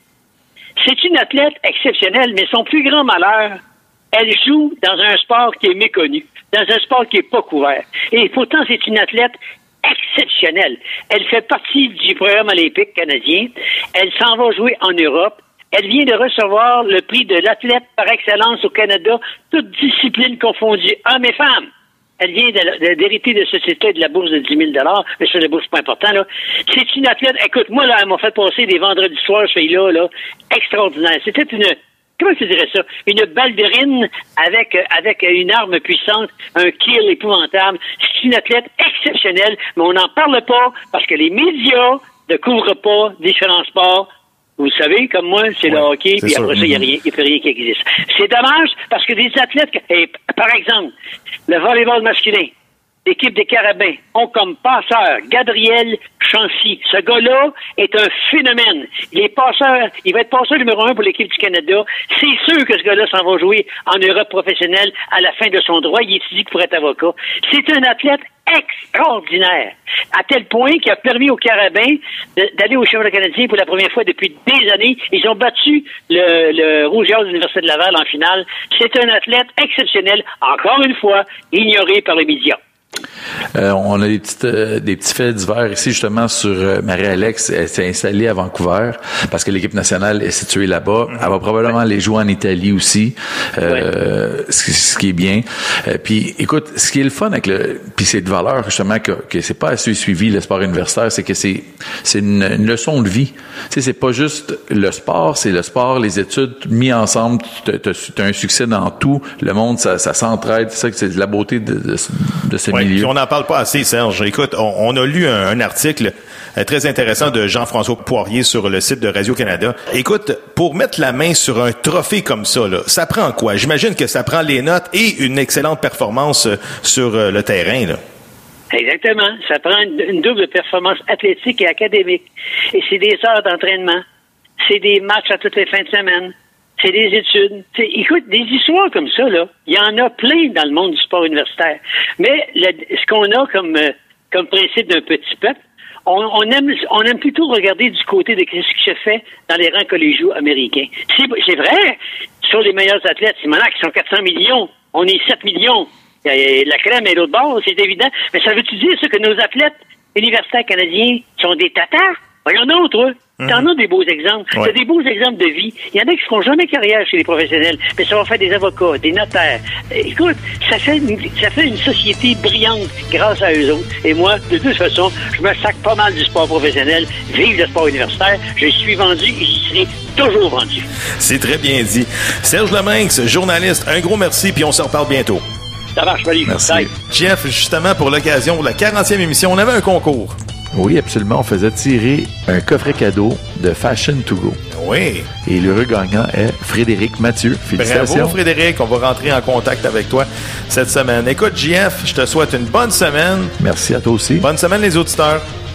c'est une athlète exceptionnelle, mais son plus grand malheur, elle joue dans un sport qui est méconnu, dans un sport qui est pas couvert. Et pourtant, c'est une athlète exceptionnelle. Elle fait partie du programme olympique canadien. Elle s'en va jouer en Europe. Elle vient de recevoir le prix de l'athlète par excellence au Canada, toutes disciplines confondues, hommes et femmes. Elle vient de, de, d'hériter de société de la bourse de dix mille dollars, mais ça, la bourse, c'est pas important, là. C'est une athlète, écoute, moi, là, elle m'a fait passer des vendredis soirs, ce fille-là, là, extraordinaire. C'était une, comment je dirais ça? Une ballerine avec, avec une arme puissante, un kill épouvantable. C'est une athlète exceptionnelle, mais on n'en parle pas parce que les médias ne couvrent pas différents sports Vous savez, comme moi, c'est ouais, le hockey, puis après ça, il n'y a rien, il n'y a plus rien qui existe. C'est dommage parce que des athlètes, et, par exemple, le volleyball masculin, l'équipe des Carabins ont comme passeur Gabriel Chancy. Ce gars-là est un phénomène. Il est passeur, il va être passeur numéro un pour l'équipe du Canada. C'est sûr que ce gars-là s'en va jouer en Europe professionnelle à la fin de son droit. Il étudie pour être avocat. C'est un athlète extraordinaire, à tel point qu'il a permis aux Carabins d'aller au championnat canadien pour la première fois depuis des années. Ils ont battu le, le Rouge et Or de l'Université de Laval en finale. C'est un athlète exceptionnel, encore une fois, ignoré par les médias. Euh, on a des petites euh, des petits faits divers ici justement sur euh, Marie-Alex. Elle s'est installée à Vancouver parce que l'équipe nationale est située là-bas. Elle va probablement aller jouer en Italie aussi, euh, ouais. ce, ce qui est bien. Euh, puis écoute, ce qui est le fun avec le, puis c'est de valeur justement que, que c'est pas assez suivi le sport universitaire, c'est que c'est c'est une, une leçon de vie. Tu sais, c'est pas juste le sport, c'est le sport, les études mis ensemble. Tu as un succès dans tout. Le monde, ça, ça s'entraide. C'est ça que c'est de la beauté de, de, de ce ouais, milieu. Puis on n'en parle pas assez, Serge. Écoute, on, on a lu un, un article euh, très intéressant de Jean-François Poirier sur le site de Radio-Canada. Écoute, pour mettre la main sur un trophée comme ça, là, ça prend quoi? J'imagine que ça prend les notes et une excellente performance euh, sur euh, le terrain, là. Exactement. Ça prend une, une double performance athlétique et académique. Et c'est des heures d'entraînement. C'est des matchs à toutes les fins de semaine. C'est des études. T'sais, écoute, des histoires comme ça, là, il y en a plein dans le monde du sport universitaire. Mais le, ce qu'on a comme, euh, comme principe d'un petit peuple, on, on aime on aime plutôt regarder du côté de ce qui se fait dans les rangs collégiaux américains. C'est, c'est vrai, sur les meilleurs athlètes, c'est maintenant qu'ils sont quatre cents millions. On est sept millions. La crème est l'autre bord, c'est évident. Mais ça veut-tu dire ça que nos athlètes universitaires canadiens sont des tatas? Voyons d'autres, eux. Mm-hmm. T'en as des beaux exemples. Ouais. T'as des beaux exemples de vie. Il y en a qui ne feront jamais carrière chez les professionnels, mais ça va faire des avocats, des notaires. Écoute, ça fait une, ça fait une société brillante grâce à eux autres. Et moi, de toute façon, je me sac pas mal du sport professionnel. Vive le sport universitaire. Je suis vendu et j'y serai toujours vendu. C'est très bien dit. Serge Leminx, journaliste, un gros merci, puis on se reparle bientôt. Ça marche, Valérie. Merci. Bye. Jeff, justement, pour l'occasion de la quarantième émission, on avait un concours. Oui, absolument. On faisait tirer un coffret cadeau de Fashion to Go. Oui. Et l'heureux gagnant est Frédéric Mathieu. Félicitations. Bravo, Frédéric. On va rentrer en contact avec toi cette semaine. Écoute, J F, je te souhaite une bonne semaine. Merci à toi aussi. Bonne semaine, les auditeurs.